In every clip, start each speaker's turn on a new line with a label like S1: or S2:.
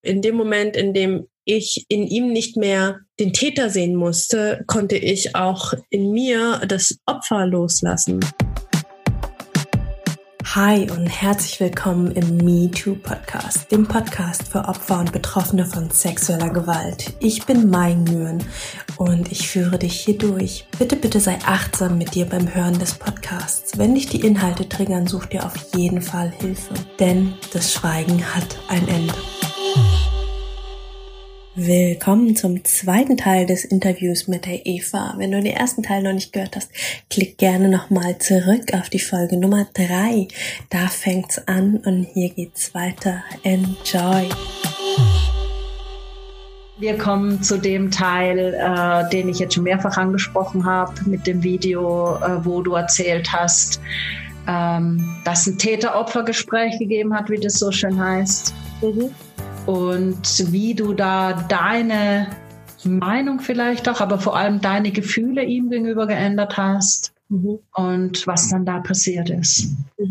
S1: In dem Moment, in dem ich in ihm nicht mehr den Täter sehen musste, konnte ich auch in mir das Opfer loslassen.
S2: Hi und herzlich willkommen im MeToo-Podcast, dem Podcast für Opfer und Betroffene von sexueller Gewalt. Ich bin Mai Nguyen und ich führe dich hier durch. Bitte sei achtsam mit dir beim Hören des Podcasts. Wenn dich die Inhalte triggern, such dir auf jeden Fall Hilfe, denn das Schweigen hat ein Ende. Willkommen zum zweiten Teil des Interviews mit der Eva. Wenn du den ersten Teil noch nicht gehört hast, klick gerne nochmal zurück auf die Folge Nummer 3. Da fängt's an und hier geht's weiter. Enjoy!
S3: Wir kommen zu dem Teil, den ich jetzt schon mehrfach angesprochen habe, mit dem Video, wo du erzählt hast, dass ein Täter-Opfer-Gespräch gegeben hat, wie das so schön heißt. Und wie du da deine Meinung vielleicht auch, aber vor allem deine Gefühle ihm gegenüber geändert hast und was dann da passiert ist.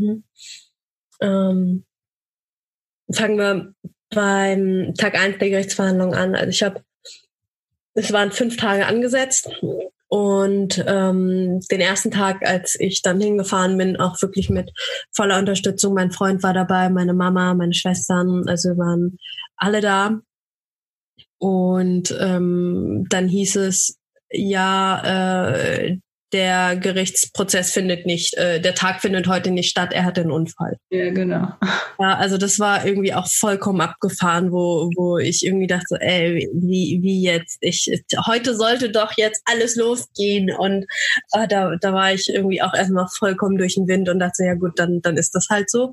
S1: Fangen wir beim Tag 1 der Gerichtsverhandlung an. Also es waren 5 Tage angesetzt und den ersten Tag, als ich dann hingefahren bin, auch wirklich mit voller Unterstützung. Mein Freund war dabei, meine Mama, meine Schwestern, also wir waren alle da. Und dann hieß es, der Gerichtsprozess der Tag findet heute nicht statt, er hatte einen Unfall.
S3: Ja, genau.
S1: Ja, also das war irgendwie auch vollkommen abgefahren, wo ich irgendwie dachte, wie jetzt? Heute sollte doch jetzt alles losgehen. Und da war ich irgendwie auch erstmal vollkommen durch den Wind und dachte, ja gut, dann ist das halt so.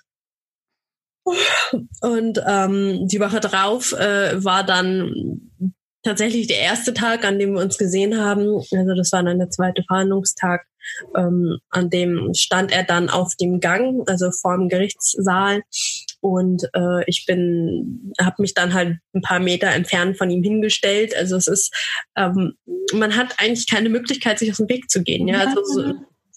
S1: Und die Woche drauf war dann tatsächlich der erste Tag, an dem wir uns gesehen haben. Also das war dann der zweite Verhandlungstag, an dem stand er dann auf dem Gang, also vor dem Gerichtssaal. Und ich habe mich dann halt ein paar Meter entfernt von ihm hingestellt. Also es ist, man hat eigentlich keine Möglichkeit, sich aus dem Weg zu gehen. Ja, also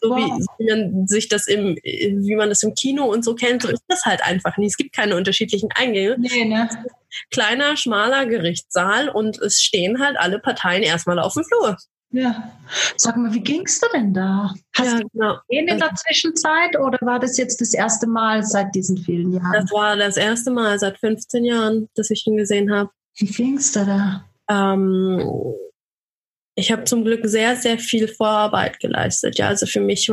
S1: wie man das im Kino und so kennt, so ist das halt einfach nicht. Es gibt keine unterschiedlichen Eingänge.
S3: Nee, ne?
S1: Kleiner, schmaler Gerichtssaal und es stehen halt alle Parteien erstmal auf dem Flur.
S3: Ja. Sag mal, wie ging's dir denn da? Hast du in der Zwischenzeit oder war das jetzt das erste Mal seit diesen vielen Jahren?
S1: Das war das erste Mal seit 15 Jahren, dass ich ihn gesehen habe.
S3: Wie ging's dir da?
S1: Ich habe zum Glück sehr, sehr viel Vorarbeit geleistet. Ja, also für mich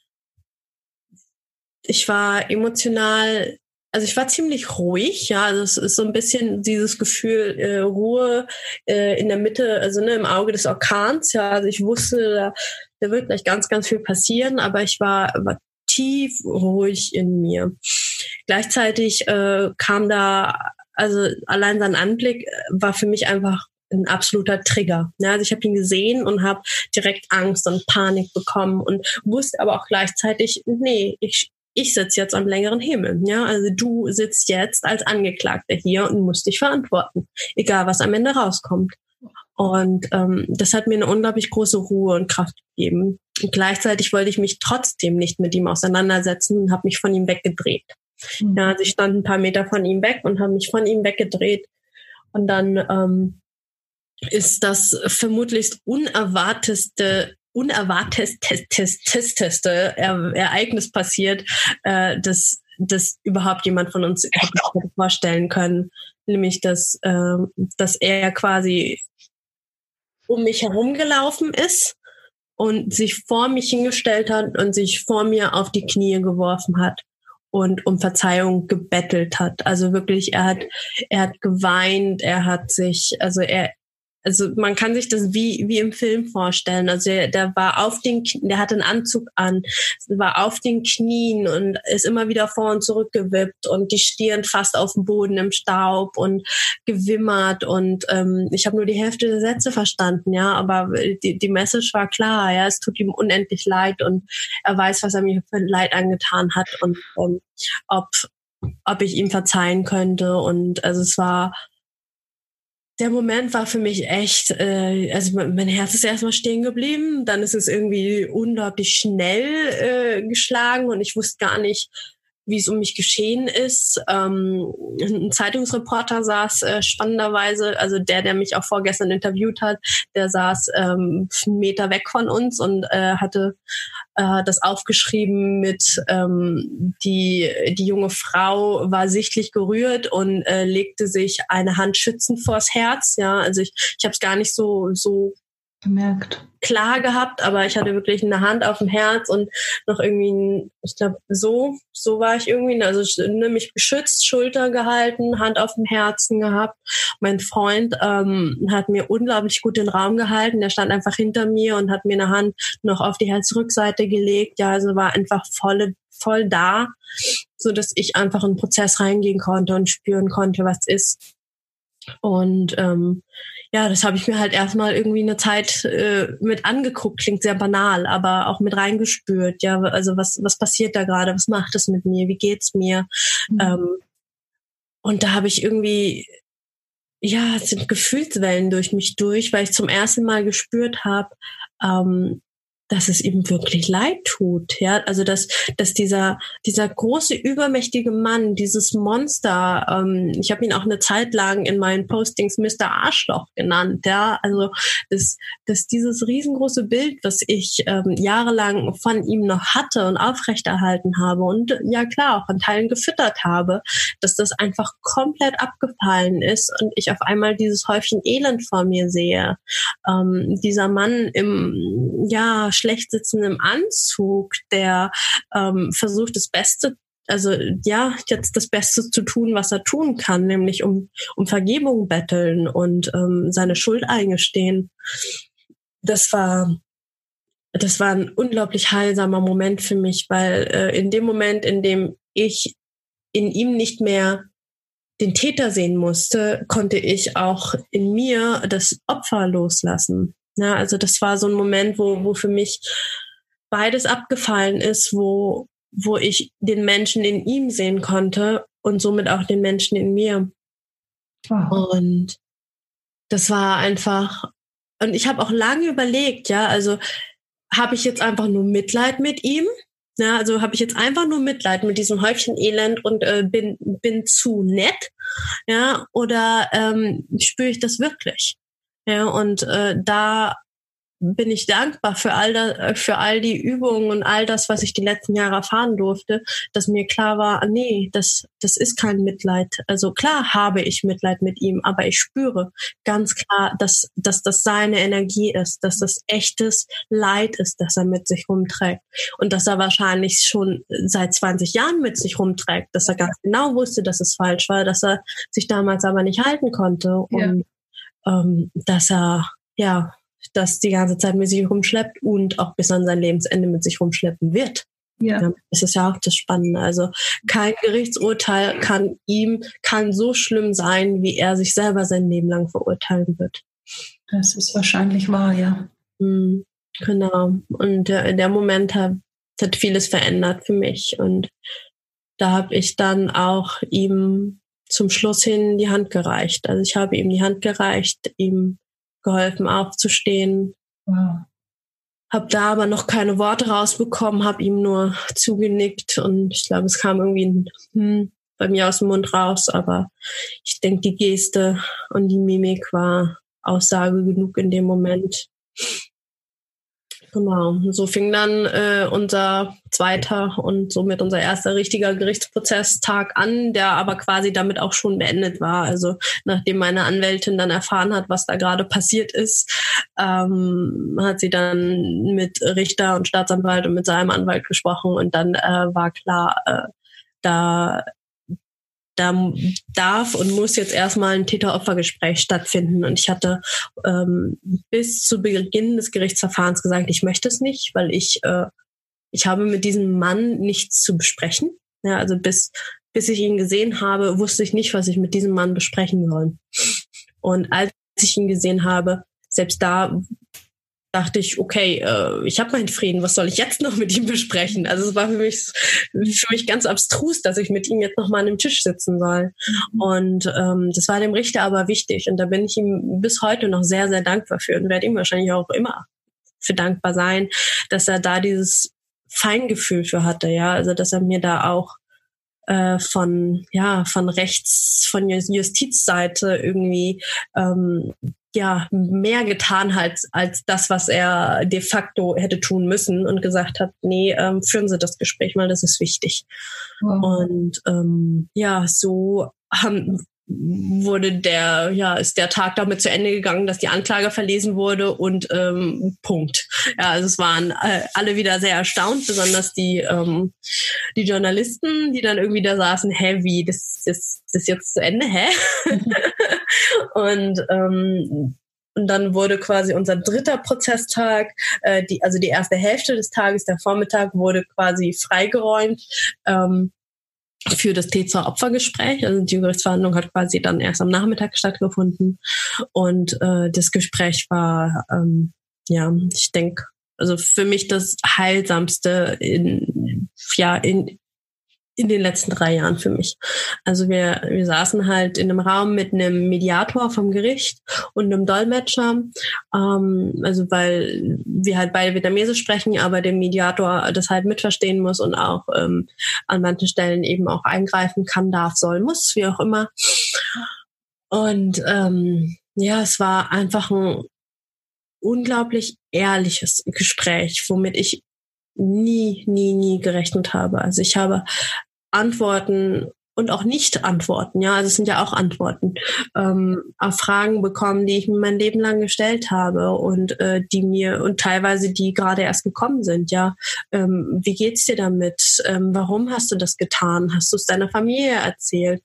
S1: ich war emotional, also ich war ziemlich ruhig. Ja, also es ist so ein bisschen dieses Gefühl Ruhe in der Mitte, also im Auge des Orkans. Ja, also ich wusste, da wird gleich ganz, ganz viel passieren, aber ich war tief ruhig in mir. Gleichzeitig kam da, also allein sein Anblick war für mich einfach ein absoluter Trigger. Ja, also ich habe ihn gesehen und habe direkt Angst und Panik bekommen und wusste aber auch gleichzeitig, nee, ich sitze jetzt am längeren Himmel. Ja, also du sitzt jetzt als Angeklagter hier und musst dich verantworten, egal was am Ende rauskommt. Und das hat mir eine unglaublich große Ruhe und Kraft gegeben. Und gleichzeitig wollte ich mich trotzdem nicht mit ihm auseinandersetzen und habe mich von ihm weggedreht. Ja, also ich stand ein paar Meter von ihm weg und habe mich von ihm weggedreht. Und dann ist das vermutlich unerwartetste Ereignis passiert, das überhaupt jemand von uns hätte vorstellen können. Nämlich, dass er quasi um mich herumgelaufen ist und sich vor mich hingestellt hat und sich vor mir auf die Knie geworfen hat und um Verzeihung gebettelt hat. Also wirklich, er hat geweint, also man kann sich das wie im Film vorstellen. Also der hatte einen Anzug an, war auf den Knien und ist immer wieder vor und zurück gewippt und die Stirn fast auf dem Boden im Staub und gewimmert und ich habe nur die Hälfte der Sätze verstanden, ja, aber die Message war klar, ja, es tut ihm unendlich leid und er weiß, was er mir für Leid angetan hat und ob ich ihm verzeihen könnte und also der Moment war für mich echt, also mein Herz ist erstmal stehen geblieben, dann ist es irgendwie unglaublich schnell geschlagen und ich wusste gar nicht, wie es um mich geschehen ist. Ein Zeitungsreporter saß spannenderweise, also der mich auch vorgestern interviewt hat, der saß 1 Meter weg von uns und hatte das aufgeschrieben mit die junge Frau war sichtlich gerührt und legte sich eine Hand schützend vors Herz. Ja, also ich habe es gar nicht so
S3: gemerkt.
S1: Klar gehabt, aber ich hatte wirklich eine Hand auf dem Herz und noch irgendwie, ich glaube, so war ich irgendwie, also mich beschützt, Schulter gehalten, Hand auf dem Herzen gehabt. Mein Freund hat mir unglaublich gut den Raum gehalten, der stand einfach hinter mir und hat mir eine Hand noch auf die Halsrückseite gelegt, ja, also war einfach voll da, so dass ich einfach in den Prozess reingehen konnte und spüren konnte, was ist. Und ja, das habe ich mir halt erstmal irgendwie eine Zeit mit angeguckt, klingt sehr banal, aber auch mit reingespürt, ja, also was passiert da gerade, was macht es mit mir, wie geht's mir? Und da habe ich irgendwie, ja, es sind Gefühlswellen durch mich durch, weil ich zum ersten Mal gespürt habe, dass es ihm wirklich leid tut, ja, also dass dieser große übermächtige Mann, dieses Monster, ich habe ihn auch eine Zeit lang in meinen Postings Mr. Arschloch genannt, ja, also dass dieses riesengroße Bild, was ich jahrelang von ihm noch hatte und aufrechterhalten habe und ja klar auch an Teilen gefüttert habe, dass das einfach komplett abgefallen ist und ich auf einmal dieses Häufchen Elend vor mir sehe, dieser Mann im schlecht sitzendem Anzug, der versucht das Beste, also ja, jetzt das Beste zu tun, was er tun kann, nämlich um Vergebung betteln und seine Schuld eingestehen. Das war ein unglaublich heilsamer Moment für mich, weil in dem Moment, in dem ich in ihm nicht mehr den Täter sehen musste, konnte ich auch in mir das Opfer loslassen. Ja, also das war so ein Moment, wo für mich beides abgefallen ist, wo ich den Menschen in ihm sehen konnte und somit auch den Menschen in mir. Wow. Und das war einfach, und ich habe auch lange überlegt, ja, also habe ich jetzt einfach nur Mitleid mit ihm? Ja, also habe ich jetzt einfach nur Mitleid mit diesem Häufchen Elend und bin zu nett, ja, oder spüre ich das wirklich? Ja, und da bin ich dankbar für all die Übungen und all das, was ich die letzten Jahre erfahren durfte, dass mir klar war, nee, das ist kein Mitleid. Also klar habe ich Mitleid mit ihm, aber ich spüre ganz klar, dass das seine Energie ist, dass das echtes Leid ist, das er mit sich rumträgt. Und dass er wahrscheinlich schon seit 20 Jahren mit sich rumträgt, dass er ganz genau wusste, dass es falsch war, dass er sich damals aber nicht halten konnte und dass er, ja, das die ganze Zeit mit sich rumschleppt und auch bis an sein Lebensende mit sich rumschleppen wird. Ja. Das ist ja auch das Spannende. Also kein Gerichtsurteil kann so schlimm sein, wie er sich selber sein Leben lang verurteilen wird.
S3: Das ist wahrscheinlich wahr, ja.
S1: Genau. Und der Moment hat vieles verändert für mich. Und da habe ich dann auch ihm zum Schluss hin die Hand gereicht. Also ich habe ihm die Hand gereicht, ihm geholfen aufzustehen. Wow. Hab da aber noch keine Worte rausbekommen, habe ihm nur zugenickt und ich glaube, es kam irgendwie ein bei mir aus dem Mund raus, aber ich denke, die Geste und die Mimik war Aussage genug in dem Moment. Genau, so fing dann unser zweiter und somit unser erster richtiger Gerichtsprozesstag an, der aber quasi damit auch schon beendet war. Also nachdem meine Anwältin dann erfahren hat, was da gerade passiert ist, hat sie dann mit Richter und Staatsanwalt und mit seinem Anwalt gesprochen und dann war klar, da darf und muss jetzt erstmal ein Täter-Opfer-Gespräch stattfinden. Und ich hatte bis zu Beginn des Gerichtsverfahrens gesagt, ich möchte es nicht, weil ich habe mit diesem Mann nichts zu besprechen. Ja, also bis ich ihn gesehen habe, wusste ich nicht, was ich mit diesem Mann besprechen soll. Und als ich ihn gesehen habe, selbst da dachte ich, okay, ich habe meinen Frieden, was soll ich jetzt noch mit ihm besprechen? Also es war für mich ganz abstrus, dass ich mit ihm jetzt noch mal an dem Tisch sitzen soll. Und das war dem Richter aber wichtig. Und da bin ich ihm bis heute noch sehr, sehr dankbar für und werde ihm wahrscheinlich auch immer für dankbar sein, dass er da dieses Feingefühl für hatte, ja, also dass er mir da auch von rechts, von Justizseite irgendwie mehr getan hat als das, was er de facto hätte tun müssen und gesagt hat, nee, führen Sie das Gespräch mal, das ist wichtig. Wow. Und so ist der Tag damit zu Ende gegangen, dass die Anklage verlesen wurde und Punkt. Ja, also es waren alle wieder sehr erstaunt, besonders die Journalisten, die dann irgendwie da saßen, wie, das ist jetzt zu Ende, Und dann wurde quasi unser dritter Prozesstag, die erste Hälfte des Tages, der Vormittag, wurde quasi freigeräumt für das T2-Opfergespräch. Also die Gerichtsverhandlung hat quasi dann erst am Nachmittag stattgefunden. Und das Gespräch war, ich denke, also für mich das Heilsamste in den letzten 3 Jahren für mich. Also wir saßen halt in einem Raum mit einem Mediator vom Gericht und einem Dolmetscher, weil wir halt beide Vietnamesisch sprechen, aber der Mediator das halt mitverstehen muss und auch an manchen Stellen eben auch eingreifen kann, darf, soll, muss, wie auch immer. Und es war einfach ein unglaublich ehrliches Gespräch, womit ich nie gerechnet habe. Also ich habe Antworten und auch Nicht-Antworten, also es sind ja auch Antworten, auf Fragen bekommen, die ich mir mein Leben lang gestellt habe und und teilweise die gerade erst gekommen sind, wie geht's dir damit? Warum hast du das getan? Hast du es deiner Familie erzählt?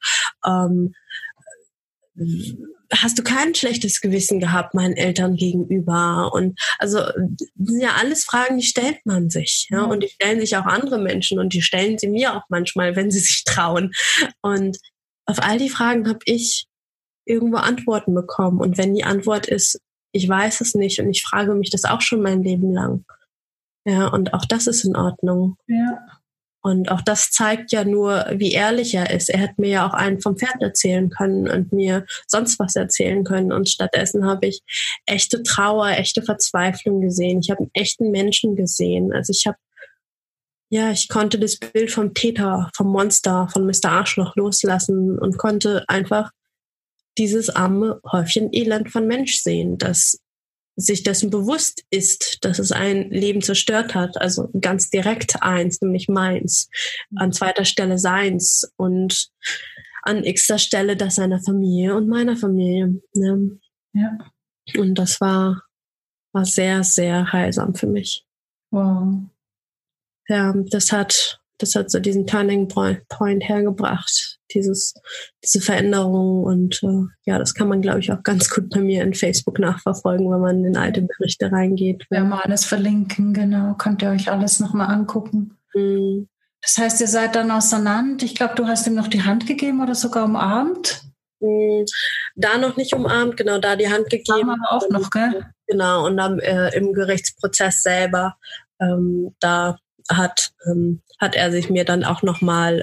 S1: Hast du kein schlechtes Gewissen gehabt meinen Eltern gegenüber? Und also das sind ja alles Fragen, die stellt man sich, und die stellen sich auch andere Menschen und die stellen sie mir auch manchmal, wenn sie sich trauen. Und auf all die Fragen habe ich irgendwo Antworten bekommen. Und wenn die Antwort ist, ich weiß es nicht und ich frage mich das auch schon mein Leben lang. Ja, und auch das ist in Ordnung. Ja. Und auch das zeigt ja nur, wie ehrlich er ist. Er hätte mir ja auch einen vom Pferd erzählen können und mir sonst was erzählen können. Und stattdessen habe ich echte Trauer, echte Verzweiflung gesehen. Ich habe einen echten Menschen gesehen. Also ich konnte das Bild vom Täter, vom Monster, von Mr. Arschloch loslassen und konnte einfach dieses arme Häufchen Elend von Mensch sehen, das sich dessen bewusst ist, dass es ein Leben zerstört hat, also ganz direkt eins, nämlich meins, an zweiter Stelle seins und an x-ter Stelle das seiner Familie und meiner Familie. Ne? Ja. Und das war sehr, sehr heilsam für mich. Wow. Ja, das hat so diesen Turning Point hergebracht, diese Veränderung und das kann man, glaube ich, auch ganz gut bei mir in Facebook nachverfolgen, wenn man in alte Berichte reingeht.
S3: Wir werden mal alles verlinken, genau, könnt ihr euch alles nochmal angucken. Mhm. Das heißt, ihr seid dann auseinander. Ich glaube, du hast ihm noch die Hand gegeben oder sogar umarmt?
S1: Da noch nicht umarmt, genau, da die Hand gegeben.
S3: Aber auch noch, gell?
S1: Genau, und dann im Gerichtsprozess selber, da hat er sich mir dann auch nochmal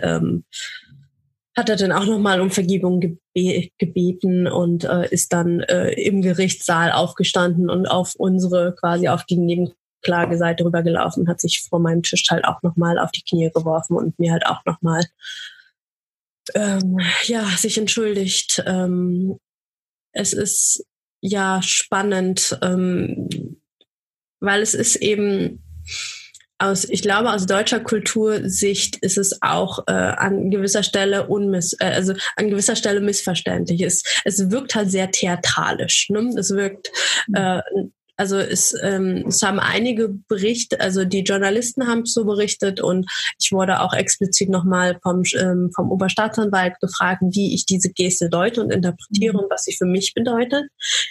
S1: um Vergebung gebeten und ist dann im Gerichtssaal aufgestanden und auf die Nebenklageseite rübergelaufen, hat sich vor meinem Tisch halt auch nochmal auf die Knie geworfen und mir halt auch nochmal sich entschuldigt. Es ist spannend, weil es ist eben aus deutscher Kultursicht ist es auch an gewisser Stelle missverständlich. Es wirkt halt sehr theatralisch. Ne? Es wirkt, es haben einige berichtet, also die Journalisten haben es so berichtet und ich wurde auch explizit nochmal vom Oberstaatsanwalt gefragt, wie ich diese Geste deute und interpretiere und was sie für mich bedeutet.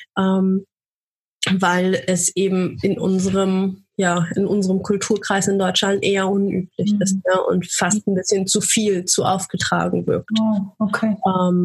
S1: Weil es eben in unserem Kulturkreis in Deutschland eher unüblich ist, und fast ein bisschen zu aufgetragen wirkt. Oh, okay.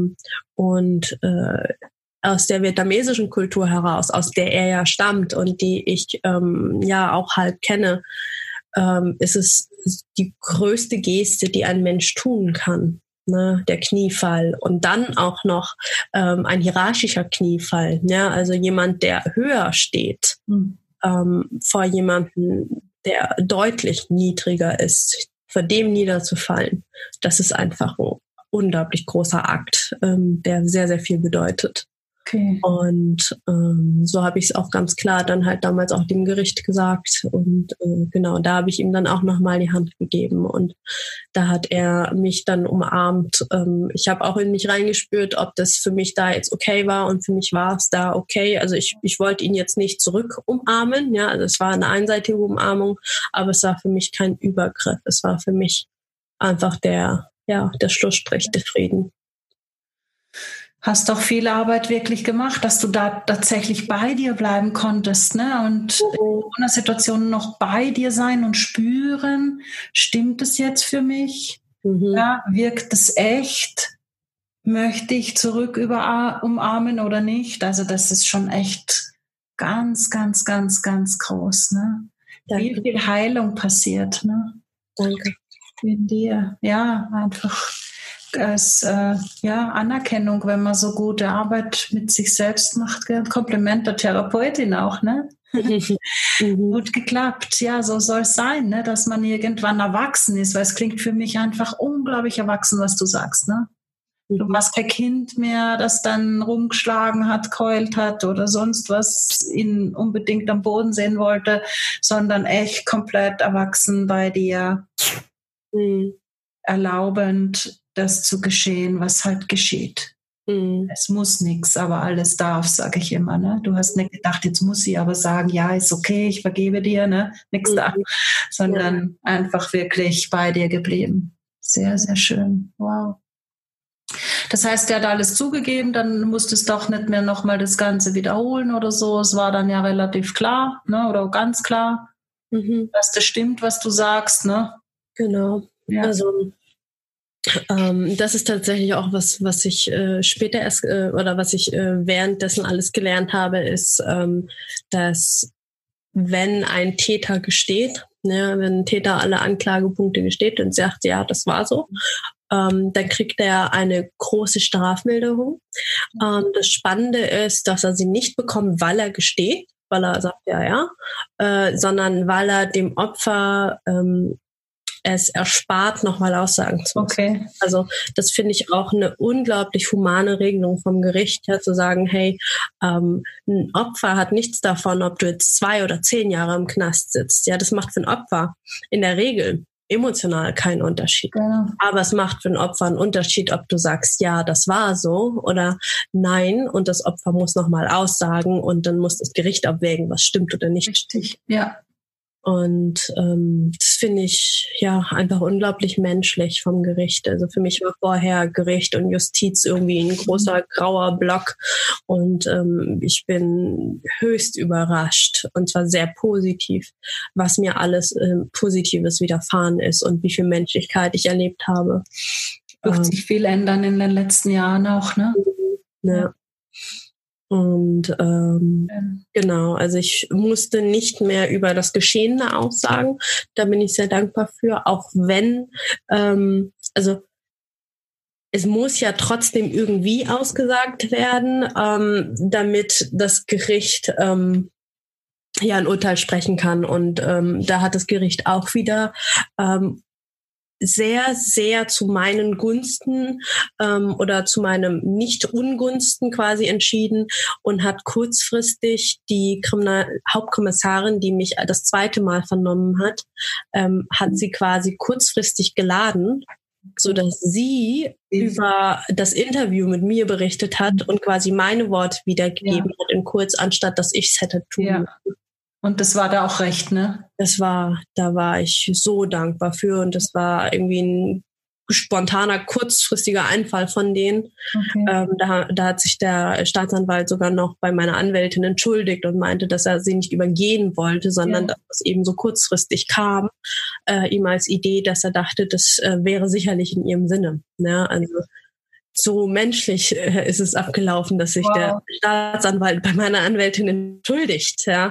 S1: Aus der vietnamesischen Kultur heraus, aus der er ja stammt und die ich auch halb kenne, ist es die größte Geste, die ein Mensch tun kann. Ne, der Kniefall und dann auch noch ein hierarchischer Kniefall, also jemand, der höher steht vor jemandem, der deutlich niedriger ist, vor dem niederzufallen, das ist einfach ein unglaublich großer Akt, der sehr, sehr viel bedeutet.
S3: Okay.
S1: Und so habe ich es auch ganz klar dann halt damals auch dem Gericht gesagt. Und genau, da habe ich ihm dann auch nochmal die Hand gegeben. Und da hat er mich dann umarmt. Ich habe auch in mich reingespürt, ob das für mich da jetzt okay war. Und für mich war es da okay. Also ich wollte ihn jetzt nicht zurück umarmen. Ja, also es war eine einseitige Umarmung, aber es war für mich kein Übergriff. Es war für mich einfach der Schlussstrich, der Frieden.
S3: Hast doch viel Arbeit wirklich gemacht, dass du da tatsächlich bei dir bleiben konntest, ne? Und in einer Situation noch bei dir sein und spüren, stimmt es jetzt für mich? Ja, wirkt es echt? Möchte ich zurück umarmen oder nicht? Also das ist schon echt ganz, ganz, ganz, ganz groß, ne? Wie viel Heilung passiert, ne?
S1: Danke.
S3: In dir. Ja, einfach als Anerkennung, wenn man so gute Arbeit mit sich selbst macht. Kompliment der Therapeutin auch, ne? Gut geklappt. Ja, so soll es sein, ne? Dass man irgendwann erwachsen ist, weil es klingt für mich einfach unglaublich erwachsen, was du sagst, ne? Du warst kein Kind mehr, das dann rumgeschlagen hat, keult hat oder sonst was, ihn unbedingt am Boden sehen wollte, sondern echt komplett erwachsen bei dir, erlaubend, das zu geschehen, was halt geschieht. Es muss nichts, aber alles darf, sage ich immer. Ne? Du hast nicht gedacht, jetzt muss sie aber sagen, ja, ist okay, ich vergebe dir, ne? Nichts da, sondern einfach wirklich bei dir geblieben. Sehr, sehr schön. Wow. Das heißt, er hat alles zugegeben, dann musstest du doch nicht mehr nochmal das Ganze wiederholen oder so. Es war dann ja relativ klar, ne? Oder ganz klar, dass das stimmt, was du sagst. Ne?
S1: Genau. Ja. Also das ist tatsächlich auch was ich später erst oder was ich währenddessen alles gelernt habe, ist, dass wenn ein Täter gesteht, wenn ein Täter alle Anklagepunkte gesteht und sagt, ja, das war so, dann kriegt er eine große Strafmilderung. Das Spannende ist, dass er sie nicht bekommt, weil er gesteht, weil er sagt, sondern weil er dem Opfer es erspart, nochmal aussagen zu müssen.
S3: Okay.
S1: Also das finde ich auch eine unglaublich humane Regelung vom Gericht, ja, zu sagen, hey, ein Opfer hat nichts davon, ob du jetzt 2 oder 10 Jahre im Knast sitzt. Ja, das macht für ein Opfer in der Regel emotional keinen Unterschied.
S3: Genau.
S1: Aber es macht für ein Opfer einen Unterschied, ob du sagst, ja, das war so oder nein, und das Opfer muss nochmal aussagen und dann muss das Gericht abwägen, was stimmt oder nicht.
S3: Richtig, ja.
S1: Und das finde ich einfach unglaublich menschlich vom Gericht. Also für mich war vorher Gericht und Justiz irgendwie ein großer grauer Block und ich bin höchst überrascht und zwar sehr positiv, was mir alles Positives widerfahren ist und wie viel Menschlichkeit ich erlebt habe.
S3: Wird sich viel ändern in den letzten Jahren auch, ne?
S1: Ja. Und genau, also ich musste nicht mehr über das Geschehene aussagen. Da bin ich sehr dankbar für, auch wenn, also es muss ja trotzdem irgendwie ausgesagt werden, damit das Gericht ein Urteil sprechen kann. Und da hat das Gericht auch wieder sehr, sehr zu meinen Gunsten oder zu meinem Nicht-Ungunsten quasi entschieden und hat kurzfristig die Hauptkommissarin, die mich das 2. Mal vernommen hat, hat sie quasi kurzfristig geladen, so dass sie über das Interview mit mir berichtet hat und quasi meine Worte wiedergegeben hat in kurz, anstatt dass ich es hätte tun müssen.
S3: Und das war da auch recht, ne?
S1: Da war ich so dankbar für und das war irgendwie ein spontaner, kurzfristiger Einfall von denen.
S3: Okay.
S1: Da hat sich der Staatsanwalt sogar noch bei meiner Anwältin entschuldigt und meinte, dass er sie nicht übergehen wollte, sondern dass es eben so kurzfristig kam, ihm als Idee, dass er dachte, das wäre sicherlich in ihrem Sinne. Ne? Also so menschlich ist es abgelaufen, dass sich der Staatsanwalt bei meiner Anwältin entschuldigt. Ja.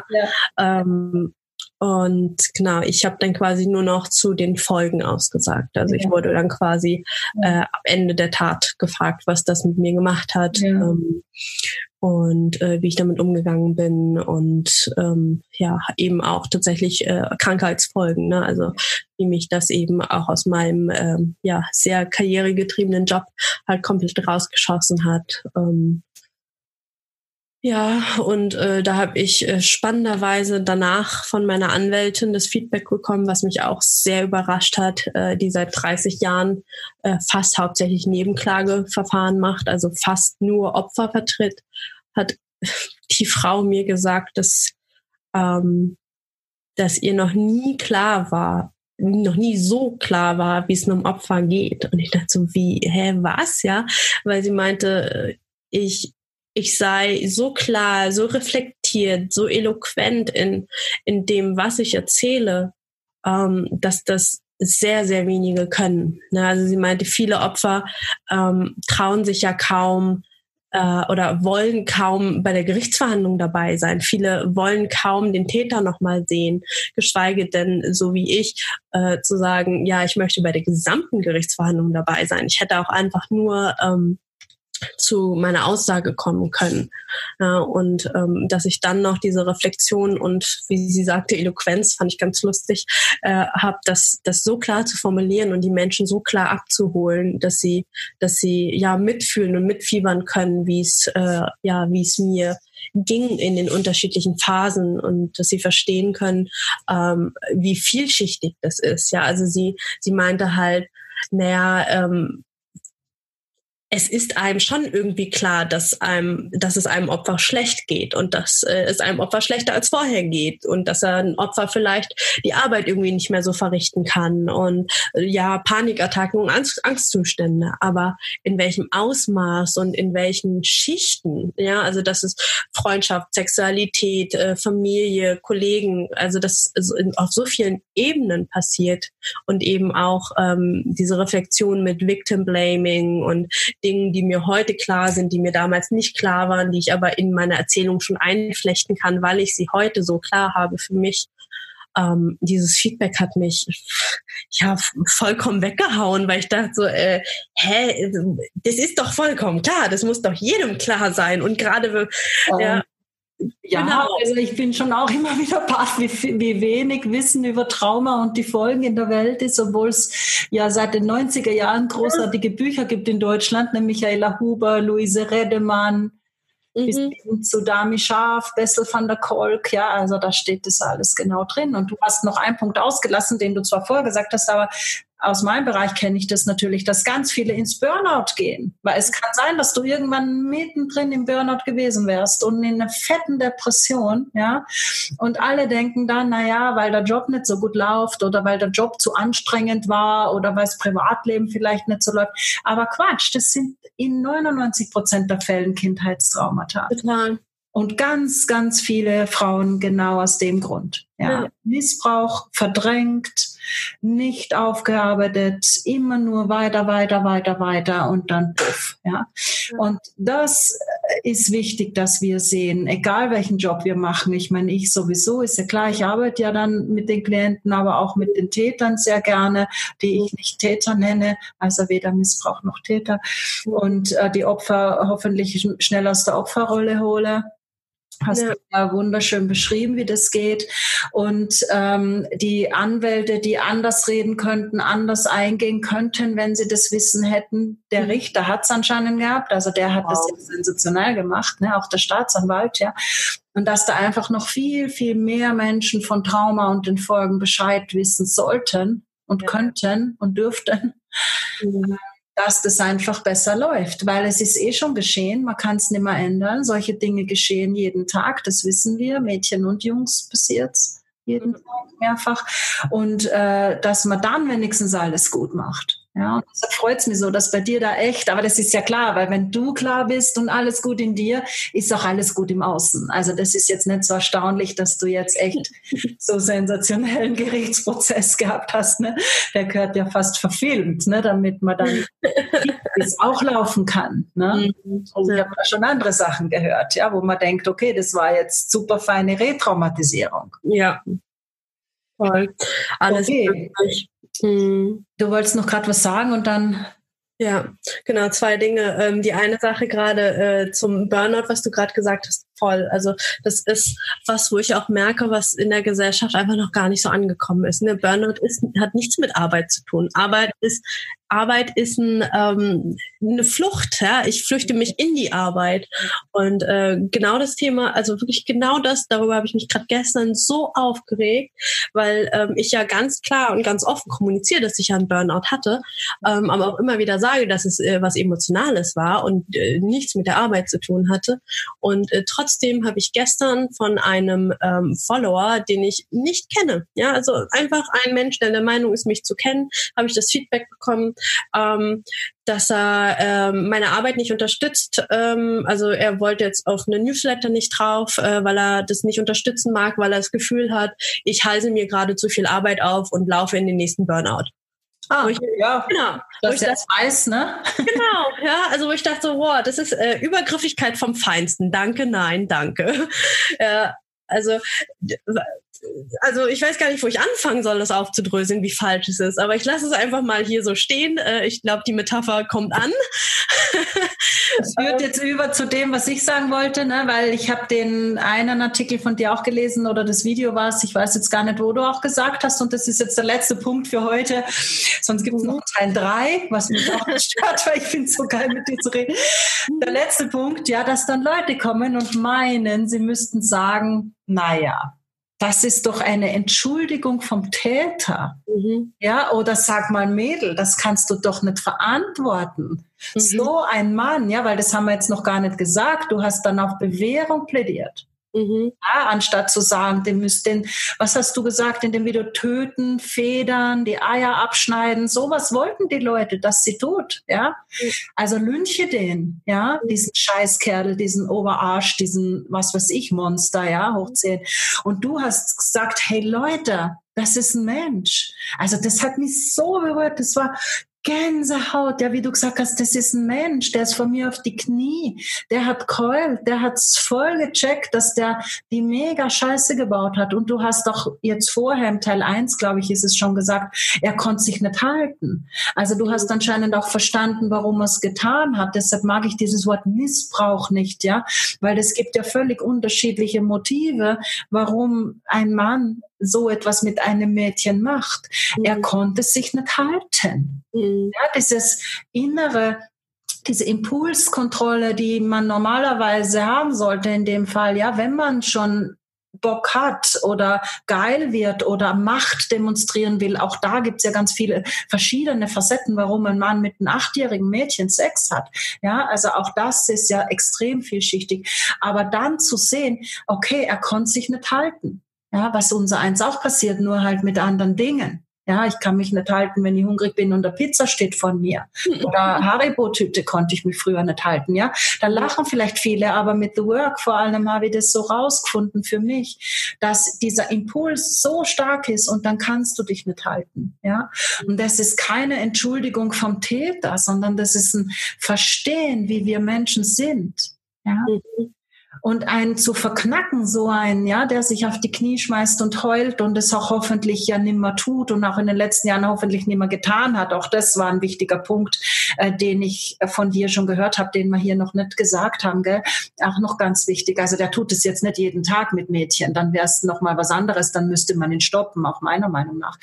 S1: Und genau, ich habe dann quasi nur noch zu den Folgen ausgesagt. Also ich wurde dann quasi am Ende der Tat gefragt, was das mit mir gemacht hat. und wie ich damit umgegangen bin und eben auch tatsächlich Krankheitsfolgen, ne? Also wie mich das eben auch aus meinem sehr karrieregetriebenen Job halt komplett rausgeschossen hat. Da habe ich spannenderweise danach von meiner Anwältin das Feedback bekommen, was mich auch sehr überrascht hat, die seit 30 Jahren fast hauptsächlich Nebenklageverfahren macht, also fast nur Opfer vertritt, hat die Frau mir gesagt, dass ihr noch nie so klar war, wie es einem Opfer geht. Und ich dachte so, was? Ja, weil sie meinte, ich sei so klar, so reflektiert, so eloquent in dem, was ich erzähle, dass das sehr, sehr wenige können. Also sie meinte, viele Opfer trauen sich ja kaum oder wollen kaum bei der Gerichtsverhandlung dabei sein. Viele wollen kaum den Täter nochmal sehen, geschweige denn, so wie ich, zu sagen, ja, ich möchte bei der gesamten Gerichtsverhandlung dabei sein. Ich hätte auch einfach nur zu meiner Aussage kommen können. Und dass ich dann noch diese Reflexion und, wie sie sagte, Eloquenz, fand ich ganz lustig, habe, das so klar zu formulieren und die Menschen so klar abzuholen, dass sie ja mitfühlen und mitfiebern können, wie es mir ging in den unterschiedlichen Phasen und dass sie verstehen können, wie vielschichtig das ist. Ja, also sie meinte halt, es ist einem schon irgendwie klar, dass es einem Opfer schlecht geht und dass es einem Opfer schlechter als vorher geht und dass ein Opfer vielleicht die Arbeit irgendwie nicht mehr so verrichten kann und Panikattacken und Angstzustände. Aber in welchem Ausmaß und in welchen Schichten, ja, also das ist Freundschaft, Sexualität, Familie, Kollegen, also das auf so vielen Ebenen passiert und eben auch diese Reflexion mit Victim Blaming und Dingen, die mir heute klar sind, die mir damals nicht klar waren, die ich aber in meine Erzählung schon einflechten kann, weil ich sie heute so klar habe für mich. Dieses Feedback hat mich vollkommen weggehauen, weil ich dachte so, das ist doch vollkommen klar, das muss doch jedem klar sein. Und gerade
S3: genau. Also ich bin schon auch immer wieder baff, wie wenig Wissen über Trauma und die Folgen in der Welt ist, obwohl es ja seit den 90er Jahren großartige Bücher gibt in Deutschland, nämlich Michaela Huber, Luise Redemann, bis hin zu Dami Scharf, Bessel van der Kolk, ja, also da steht das alles genau drin. Und du hast noch einen Punkt ausgelassen, den du zwar vorher gesagt hast, aber aus meinem Bereich kenne ich das natürlich, dass ganz viele ins Burnout gehen. Weil es kann sein, dass du irgendwann mittendrin im Burnout gewesen wärst und in einer fetten Depression, ja. Und alle denken dann, weil der Job nicht so gut läuft oder weil der Job zu anstrengend war oder weil das Privatleben vielleicht nicht so läuft. Aber Quatsch, das sind in 99% der Fällen Kindheitstraumata.
S1: Total.
S3: Und ganz, ganz viele Frauen genau aus dem Grund. Ja. Missbrauch, verdrängt, nicht aufgearbeitet, immer nur weiter und dann puff. Ja. Und das ist wichtig, dass wir sehen, egal welchen Job wir machen. Ich meine, ich sowieso, ist ja klar, ich arbeite ja dann mit den Klienten, aber auch mit den Tätern sehr gerne, die ich nicht Täter nenne, also weder Missbrauch noch Täter. Und die Opfer hoffentlich schnell aus der Opferrolle hole. Hast du ja wunderschön beschrieben, wie das geht. Und die Anwälte, die anders reden könnten, anders eingehen könnten, wenn sie das Wissen hätten. Der Richter hat es anscheinend gehabt, also der hat das jetzt sensationell gemacht, ne? Auch der Staatsanwalt, ja. Und dass da einfach noch viel, viel mehr Menschen von Trauma und den Folgen Bescheid wissen sollten und könnten und dürften. Dass das einfach besser läuft, weil es ist schon geschehen, man kann es nicht mehr ändern. Solche Dinge geschehen jeden Tag, das wissen wir, Mädchen und Jungs passiert's jeden Tag mehrfach. Und dass man dann wenigstens alles gut macht. Ja, und deshalb freut es mich so, dass bei dir da echt, aber das ist ja klar, weil wenn du klar bist und alles gut in dir, ist auch alles gut im Außen. Also das ist jetzt nicht so erstaunlich, dass du jetzt echt so sensationellen Gerichtsprozess gehabt hast. Ne? Der gehört ja fast verfilmt, ne? Damit man dann wie es auch laufen kann. Ne? Also ich habe da schon andere Sachen gehört, ja, wo man denkt, okay, das war jetzt super feine Retraumatisierung.
S1: Ja, voll. Alles
S3: okay. Du wolltest noch gerade was sagen und dann...
S1: Ja, genau, 2 Dinge. Die eine Sache gerade zum Burnout, was du gerade gesagt hast, voll. Also das ist was, wo ich auch merke, was in der Gesellschaft einfach noch gar nicht so angekommen ist. Ne? Burnout hat nichts mit Arbeit zu tun. Arbeit ist eine Flucht. Ja? Ich flüchte mich in die Arbeit. Und genau das Thema, also wirklich genau das, darüber habe ich mich gerade gestern so aufgeregt, weil ich ja ganz klar und ganz offen kommuniziere, dass ich ja einen Burnout hatte, aber auch immer wieder sage, dass es was Emotionales war und nichts mit der Arbeit zu tun hatte. Und trotzdem habe ich gestern von einem Follower, den ich nicht kenne, ja, also einfach ein Mensch, der der Meinung ist, mich zu kennen, habe ich das Feedback bekommen, dass er meine Arbeit nicht unterstützt. Also er wollte jetzt auf eine Newsletter nicht drauf, weil er das nicht unterstützen mag, weil er das Gefühl hat, ich halse mir gerade zu viel Arbeit auf und laufe in den nächsten Burnout.
S3: Ja, genau. Dass ich das weiß, ne?
S1: Genau, ja, also wo ich dachte, so, wow, das ist Übergriffigkeit vom Feinsten. Danke, nein, danke. Also ich weiß gar nicht, wo ich anfangen soll, das aufzudröseln, wie falsch es ist. Aber ich lasse es einfach mal hier so stehen. Ich glaube, die Metapher kommt an.
S3: Es führt jetzt über zu dem, was ich sagen wollte, ne? Weil ich habe den einen Artikel von dir auch gelesen oder das Video war es. Ich weiß jetzt gar nicht, wo du auch gesagt hast. Und das ist jetzt der letzte Punkt für heute. Sonst gibt es noch Teil 3, was mich auch stört, weil ich finde es so geil, mit dir zu reden. Der letzte Punkt, ja, dass dann Leute kommen und meinen, sie müssten sagen, naja, das ist doch eine Entschuldigung vom Täter. Ja, oder sag mal, Mädel, das kannst du doch nicht verantworten. So ein Mann, ja, weil das haben wir jetzt noch gar nicht gesagt. Du hast dann auf Bewährung plädiert. Ja, anstatt zu sagen, was hast du gesagt in dem Video, töten, federn, die Eier abschneiden, sowas wollten die Leute, dass sie tut, ja. Also lynche den, ja, diesen Scheißkerl, diesen Oberarsch, diesen, was weiß ich, Monster, ja, hoch 10. Und du hast gesagt, hey Leute, das ist ein Mensch. Also das hat mich so berührt, das war Gänsehaut, ja, wie du gesagt hast, das ist ein Mensch, der ist von mir auf die Knie, der hat geheult, der hat's voll gecheckt, dass der die mega Scheiße gebaut hat. Und du hast doch jetzt vorher im Teil 1, glaube ich, ist es schon gesagt, er konnte sich nicht halten. Also du hast anscheinend auch verstanden, warum er es getan hat. Deshalb mag ich dieses Wort Missbrauch nicht, ja, weil es gibt ja völlig unterschiedliche Motive, warum ein Mann so etwas mit einem Mädchen macht. Er konnte sich nicht halten. Ja, dieses innere, diese Impulskontrolle, die man normalerweise haben sollte in dem Fall, ja, wenn man schon Bock hat oder geil wird oder Macht demonstrieren will, auch da gibt's ja ganz viele verschiedene Facetten, warum ein Mann mit einem 8-jährigen Mädchen Sex hat. Ja, also auch das ist ja extrem vielschichtig. Aber dann zu sehen, okay, er konnte sich nicht halten. Ja, was unser eins auch passiert, nur halt mit anderen Dingen. Ja, ich kann mich nicht halten, wenn ich hungrig bin und eine Pizza steht von mir. Oder Haribo-Tüte konnte ich mich früher nicht halten. Ja, da lachen vielleicht viele, aber mit The Work vor allem habe ich das so rausgefunden für mich, dass dieser Impuls so stark ist und dann kannst du dich nicht halten. Ja, und das ist keine Entschuldigung vom Täter, sondern das ist ein Verstehen, wie wir Menschen sind. Ja. Und einen zu verknacken, so einen, ja, der sich auf die Knie schmeißt und heult und es auch hoffentlich ja nimmer tut und auch in den letzten Jahren hoffentlich nimmer getan hat. Auch das war ein wichtiger Punkt, den ich von dir schon gehört habe, den wir hier noch nicht gesagt haben, gell? Auch noch ganz wichtig. Also der tut es jetzt nicht jeden Tag mit Mädchen, dann wäre es noch mal was anderes, dann müsste man ihn stoppen, auch meiner Meinung nach.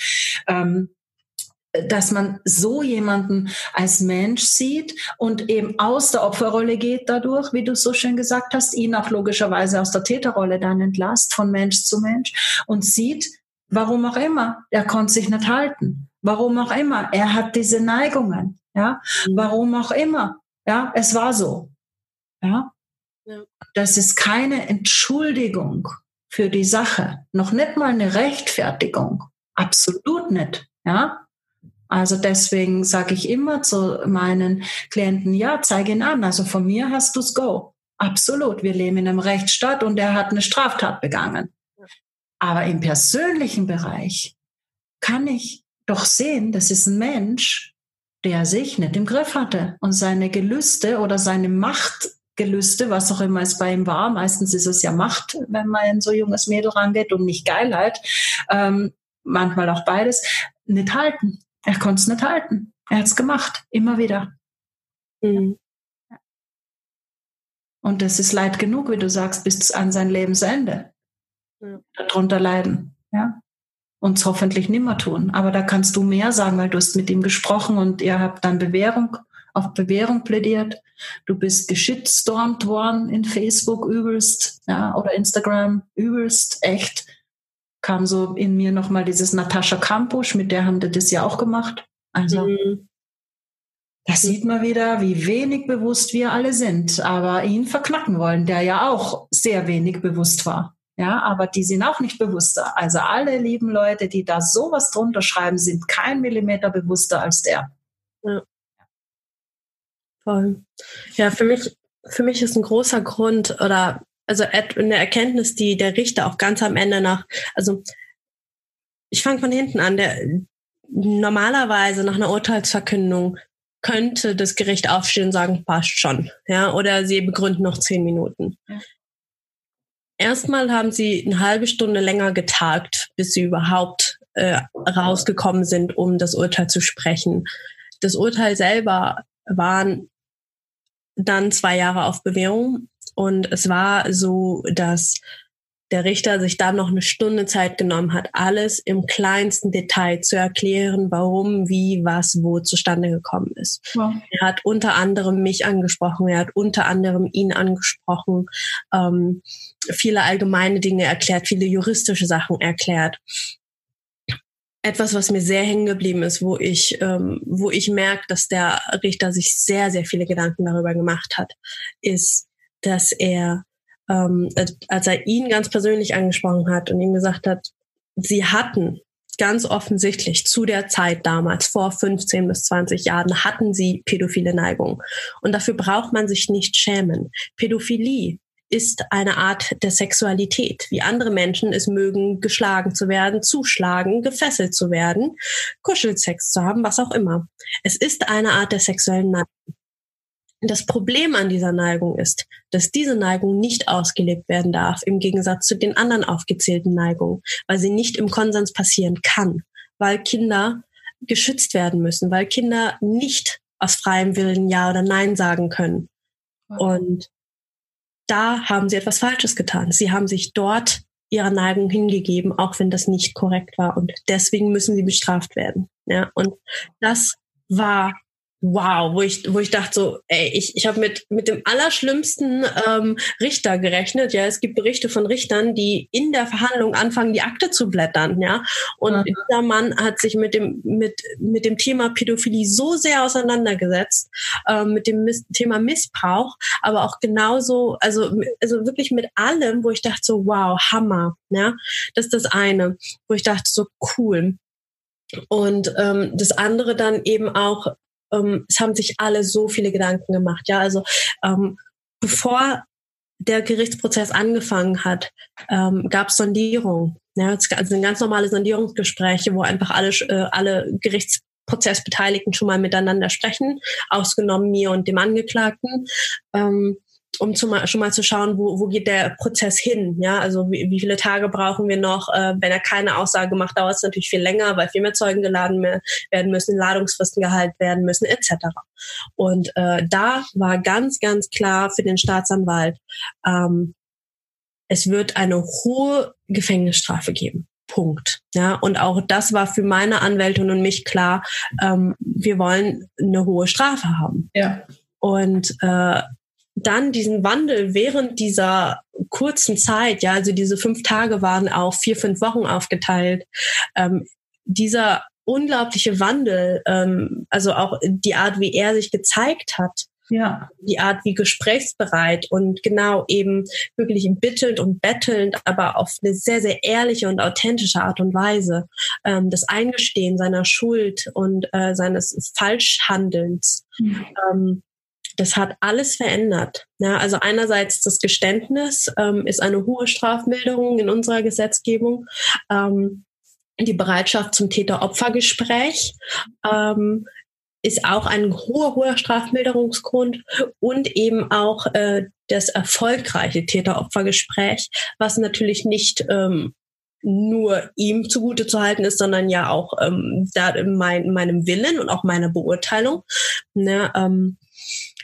S3: Dass man so jemanden als Mensch sieht und eben aus der Opferrolle geht dadurch, wie du so schön gesagt hast, ihn auch logischerweise aus der Täterrolle dann entlasst, von Mensch zu Mensch und sieht, warum auch immer, er konnte sich nicht halten. Warum auch immer, er hat diese Neigungen. Ja, warum auch immer. Ja, es war so. Ja, das ist keine Entschuldigung für die Sache. Noch nicht mal eine Rechtfertigung. Absolut nicht. Ja. Also deswegen sage ich immer zu meinen Klienten, ja, zeige ihn an. Also von mir hast du's Go. Absolut. Wir leben in einem Rechtsstaat und er hat eine Straftat begangen. Aber im persönlichen Bereich kann ich doch sehen, das ist ein Mensch, der sich nicht im Griff hatte und seine Gelüste oder seine Machtgelüste, was auch immer es bei ihm war, meistens ist es ja Macht, wenn man in so ein junges Mädel rangeht und nicht Geilheit, manchmal auch beides, nicht halten. Er konnte es nicht halten. Er hat es gemacht, immer wieder.
S1: Mhm.
S3: Und das ist Leid genug, wie du sagst, bis an sein Lebensende. Ja. Darunter leiden. Ja. Und es hoffentlich nimmer tun. Aber da kannst du mehr sagen, weil du hast mit ihm gesprochen und ihr habt dann auf Bewährung plädiert. Du bist geschitstormt worden in Facebook übelst, ja, oder Instagram übelst, echt. Kam so in mir nochmal dieses Natascha Kampusch, mit der haben die das ja auch gemacht. Also da sieht man wieder, wie wenig bewusst wir alle sind, aber ihn verknacken wollen, der ja auch sehr wenig bewusst war. Ja, aber die sind auch nicht bewusster. Also alle lieben Leute, die da sowas drunter schreiben, sind kein Millimeter bewusster als der.
S1: Ja. Voll. Ja, für mich ist ein großer Grund also eine Erkenntnis, die der Richter auch ganz am Ende also ich fange von hinten an, normalerweise nach einer Urteilsverkündung könnte das Gericht aufstehen und sagen, passt schon, ja, oder sie begründen noch 10 Minuten. Ja. Erstmal haben sie eine halbe Stunde länger getagt, bis sie überhaupt rausgekommen sind, um das Urteil zu sprechen. Das Urteil selber waren dann 2 Jahre auf Bewährung und es war so, dass der Richter sich dann noch eine Stunde Zeit genommen hat, alles im kleinsten Detail zu erklären, warum, wie, was, wo zustande gekommen ist. Wow. Er hat unter anderem mich angesprochen, er hat unter anderem ihn angesprochen, viele allgemeine Dinge erklärt, viele juristische Sachen erklärt. Etwas, was mir sehr hängen geblieben ist, wo ich merke, dass der Richter sich sehr, sehr viele Gedanken darüber gemacht hat, ist, dass er als er ihn ganz persönlich angesprochen hat und ihm gesagt hat, sie hatten ganz offensichtlich zu der Zeit damals, vor 15 bis 20 Jahren, hatten sie pädophile Neigung. Und dafür braucht man sich nicht schämen. Pädophilie ist eine Art der Sexualität, wie andere Menschen es mögen, geschlagen zu werden, zuschlagen, gefesselt zu werden, Kuschelsex zu haben, was auch immer. Es ist eine Art der sexuellen Neigung. Das Problem an dieser Neigung ist, dass diese Neigung nicht ausgelebt werden darf, im Gegensatz zu den anderen aufgezählten Neigungen, weil sie nicht im Konsens passieren kann, weil Kinder geschützt werden müssen, weil Kinder nicht aus freiem Willen Ja oder Nein sagen können. Und da haben sie etwas Falsches getan. Sie haben sich dort ihrer Neigung hingegeben, auch wenn das nicht korrekt war. Und deswegen müssen sie bestraft werden. Ja, und das war wow, wo ich dachte so, ey, ich habe mit dem allerschlimmsten Richter gerechnet. Ja, es gibt Berichte von Richtern, die in der Verhandlung anfangen, die Akte zu blättern, ja. Und dieser Mann hat sich mit dem Thema Pädophilie so sehr auseinandergesetzt, mit dem Thema Missbrauch, aber auch genauso, also wirklich mit allem, wo ich dachte so, wow, Hammer, ja. Das ist das eine, wo ich dachte so, cool. Und das andere dann eben auch, es haben sich alle so viele Gedanken gemacht. Ja, also bevor der Gerichtsprozess angefangen hat, gab es Sondierungen. Ja, also sind ganz normale Sondierungsgespräche, wo einfach alle Gerichtsprozessbeteiligten schon mal miteinander sprechen, ausgenommen mir und dem Angeklagten, um schon mal zu schauen, wo geht der Prozess hin, ja, also wie viele Tage brauchen wir noch, wenn er keine Aussage macht, dauert es natürlich viel länger, weil viel mehr Zeugen geladen werden müssen, Ladungsfristen gehalten werden müssen, etc. Und da war ganz, ganz klar für den Staatsanwalt, es wird eine hohe Gefängnisstrafe geben. Punkt. Ja, und auch das war für meine Anwältin und mich klar, wir wollen eine hohe Strafe haben. Ja. Und dann diesen Wandel während dieser kurzen Zeit, ja, also diese 5 Tage waren auf 4-5 Wochen aufgeteilt, dieser unglaubliche Wandel, also auch die Art, wie er sich gezeigt hat, ja, die Art, wie gesprächsbereit und genau eben wirklich bittend und bettelnd, aber auf eine sehr, sehr ehrliche und authentische Art und Weise, das Eingestehen seiner Schuld und seines Falschhandelns, das hat alles verändert. Ja, also einerseits das Geständnis ist eine hohe Strafmilderung in unserer Gesetzgebung. Die Bereitschaft zum Täter-Opfer-Gespräch ist auch ein hoher Strafmilderungsgrund und eben auch das erfolgreiche Täter-Opfer-Gespräch, was natürlich nicht nur ihm zugute zu halten ist, sondern ja auch meinem Willen und auch meiner Beurteilung. Ne,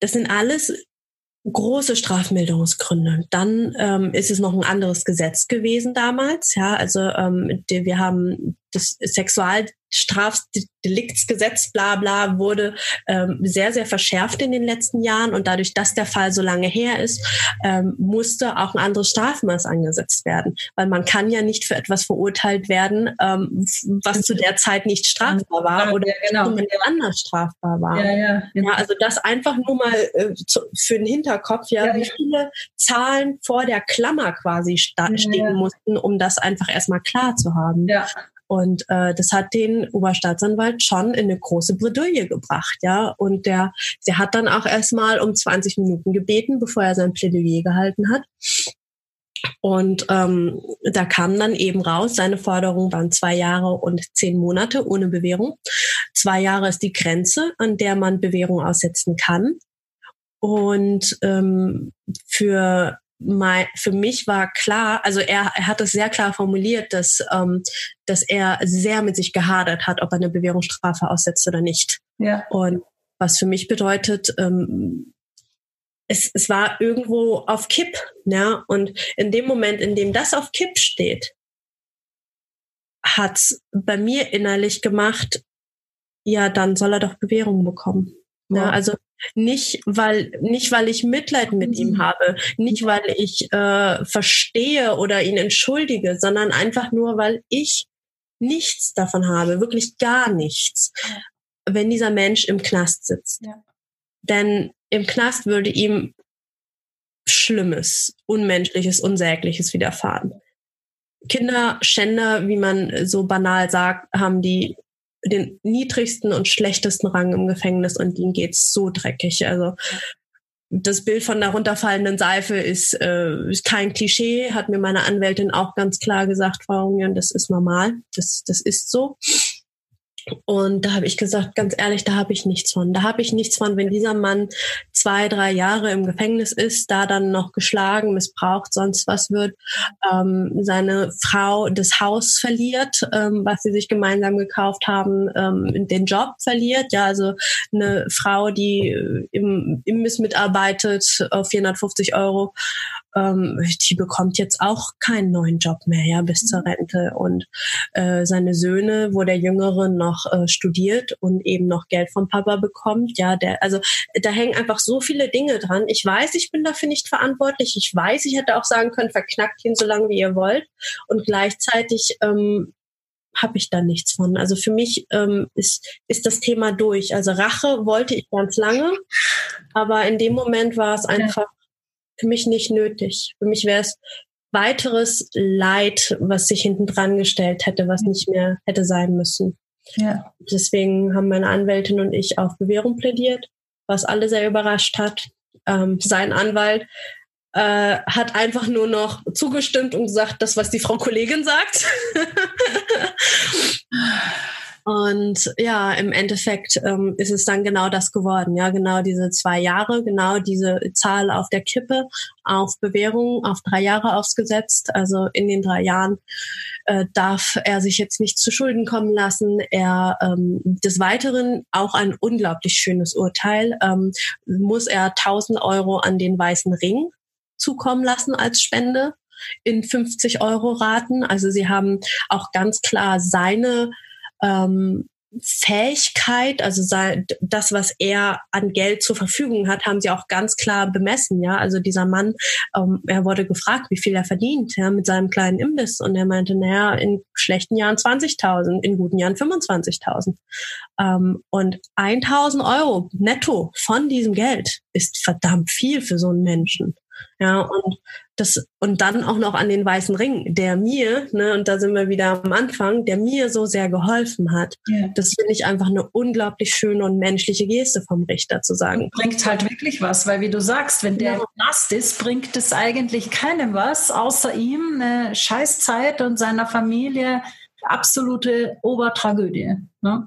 S1: Das sind alles große Strafmilderungsgründe. Dann ist es noch ein anderes Gesetz gewesen damals. Ja, also wir haben das Sexualstrafdeliktsgesetz, bla bla, wurde sehr, sehr verschärft in den letzten Jahren. Und dadurch, dass der Fall so lange her ist, musste auch ein anderes Strafmaß angesetzt werden. Weil man kann ja nicht für etwas verurteilt werden, was zu der Zeit nicht strafbar war oder anders strafbar war. Ja, also das einfach nur mal für den Hinterkopf, wie viele Zahlen vor der Klammer quasi stehen mussten, um das einfach erstmal klar zu haben. Ja. Und das hat den Oberstaatsanwalt schon in eine große Bredouille gebracht, ja. Und der hat dann auch erstmal um 20 Minuten gebeten, bevor er sein Plädoyer gehalten hat. Und da kam dann eben raus, seine Forderung waren 2 Jahre und 10 Monate ohne Bewährung. 2 Jahre ist die Grenze, an der man Bewährung aussetzen kann. Und für mich war klar, also er hat es sehr klar formuliert, dass er sehr mit sich gehadert hat, ob er eine Bewährungsstrafe aussetzt oder nicht. Ja. Und was für mich bedeutet, es war irgendwo auf Kipp, ja. Und in dem Moment, in dem das auf Kipp steht, hat's bei mir innerlich gemacht, ja, dann soll er doch Bewährung bekommen. Ja, also nicht, weil ich Mitleid mit ihm habe, nicht, weil ich verstehe oder ihn entschuldige, sondern einfach nur, weil ich nichts davon habe, wirklich gar nichts, wenn dieser Mensch im Knast sitzt. Ja. Denn im Knast würde ihm Schlimmes, Unmenschliches, Unsägliches widerfahren. Kinderschänder, wie man so banal sagt, haben die den niedrigsten und schlechtesten Rang im Gefängnis und denen geht's so dreckig. Also das Bild von der runterfallenden Seife ist kein Klischee, hat mir meine Anwältin auch ganz klar gesagt, Frau Rungian, das ist normal, das ist so. Und da habe ich gesagt, ganz ehrlich, da habe ich nichts von. Da habe ich nichts von, wenn dieser Mann 2, 3 Jahre im Gefängnis ist, da dann noch geschlagen, missbraucht, sonst was wird, seine Frau das Haus verliert, was sie sich gemeinsam gekauft haben, den Job verliert. Ja, also eine Frau, die im Imbiss mitarbeitet, 450 €, die bekommt jetzt auch keinen neuen Job mehr, ja, bis zur Rente. Und seine Söhne, wo der Jüngere noch studiert und eben noch Geld vom Papa bekommt, ja, also da hängen einfach so viele Dinge dran. Ich weiß, ich bin dafür nicht verantwortlich. Ich weiß, ich hätte auch sagen können, verknackt ihn so lange, wie ihr wollt. Und gleichzeitig habe ich da nichts von. Also für mich ist das Thema durch. Also Rache wollte ich ganz lange, aber in dem Moment war es einfach für mich nicht nötig. Für mich wäre es weiteres Leid, was sich hinten dran gestellt hätte, was nicht mehr hätte sein müssen. Ja. Deswegen haben meine Anwältin und ich auf Bewährung plädiert, was alle sehr überrascht hat. Sein Anwalt hat einfach nur noch zugestimmt und gesagt, das, was die Frau Kollegin sagt. Und ja, im Endeffekt ist es dann genau das geworden. Ja, genau diese 2 Jahre, genau diese Zahl auf der Kippe, auf Bewährung, auf 3 Jahre ausgesetzt. Also in den 3 Jahren darf er sich jetzt nicht zu Schulden kommen lassen. Er des Weiteren auch ein unglaublich schönes Urteil, muss er 1.000 € an den Weißen Ring zukommen lassen als Spende in 50 € Raten. Also sie haben auch ganz klar seine Fähigkeit, also das, was er an Geld zur Verfügung hat, haben sie auch ganz klar bemessen. Ja, also dieser Mann, er wurde gefragt, wie viel er verdient, ja, mit seinem kleinen Imbiss, und er meinte, naja, in schlechten Jahren 20.000, in guten Jahren 25.000. Und 1.000 € netto von diesem Geld ist verdammt viel für so einen Menschen. Ja, und dann auch noch an den Weißen Ring, der mir, ne, und da sind wir wieder am Anfang, der mir so sehr geholfen hat. Ja. Das finde ich einfach eine unglaublich schöne und menschliche Geste vom Richter zu sagen.
S3: Und bringt halt wirklich was, weil wie du sagst, wenn der im Knast ist, bringt es eigentlich keinem was, außer ihm eine Scheißzeit und seiner Familie absolute Obertragödie. Ne?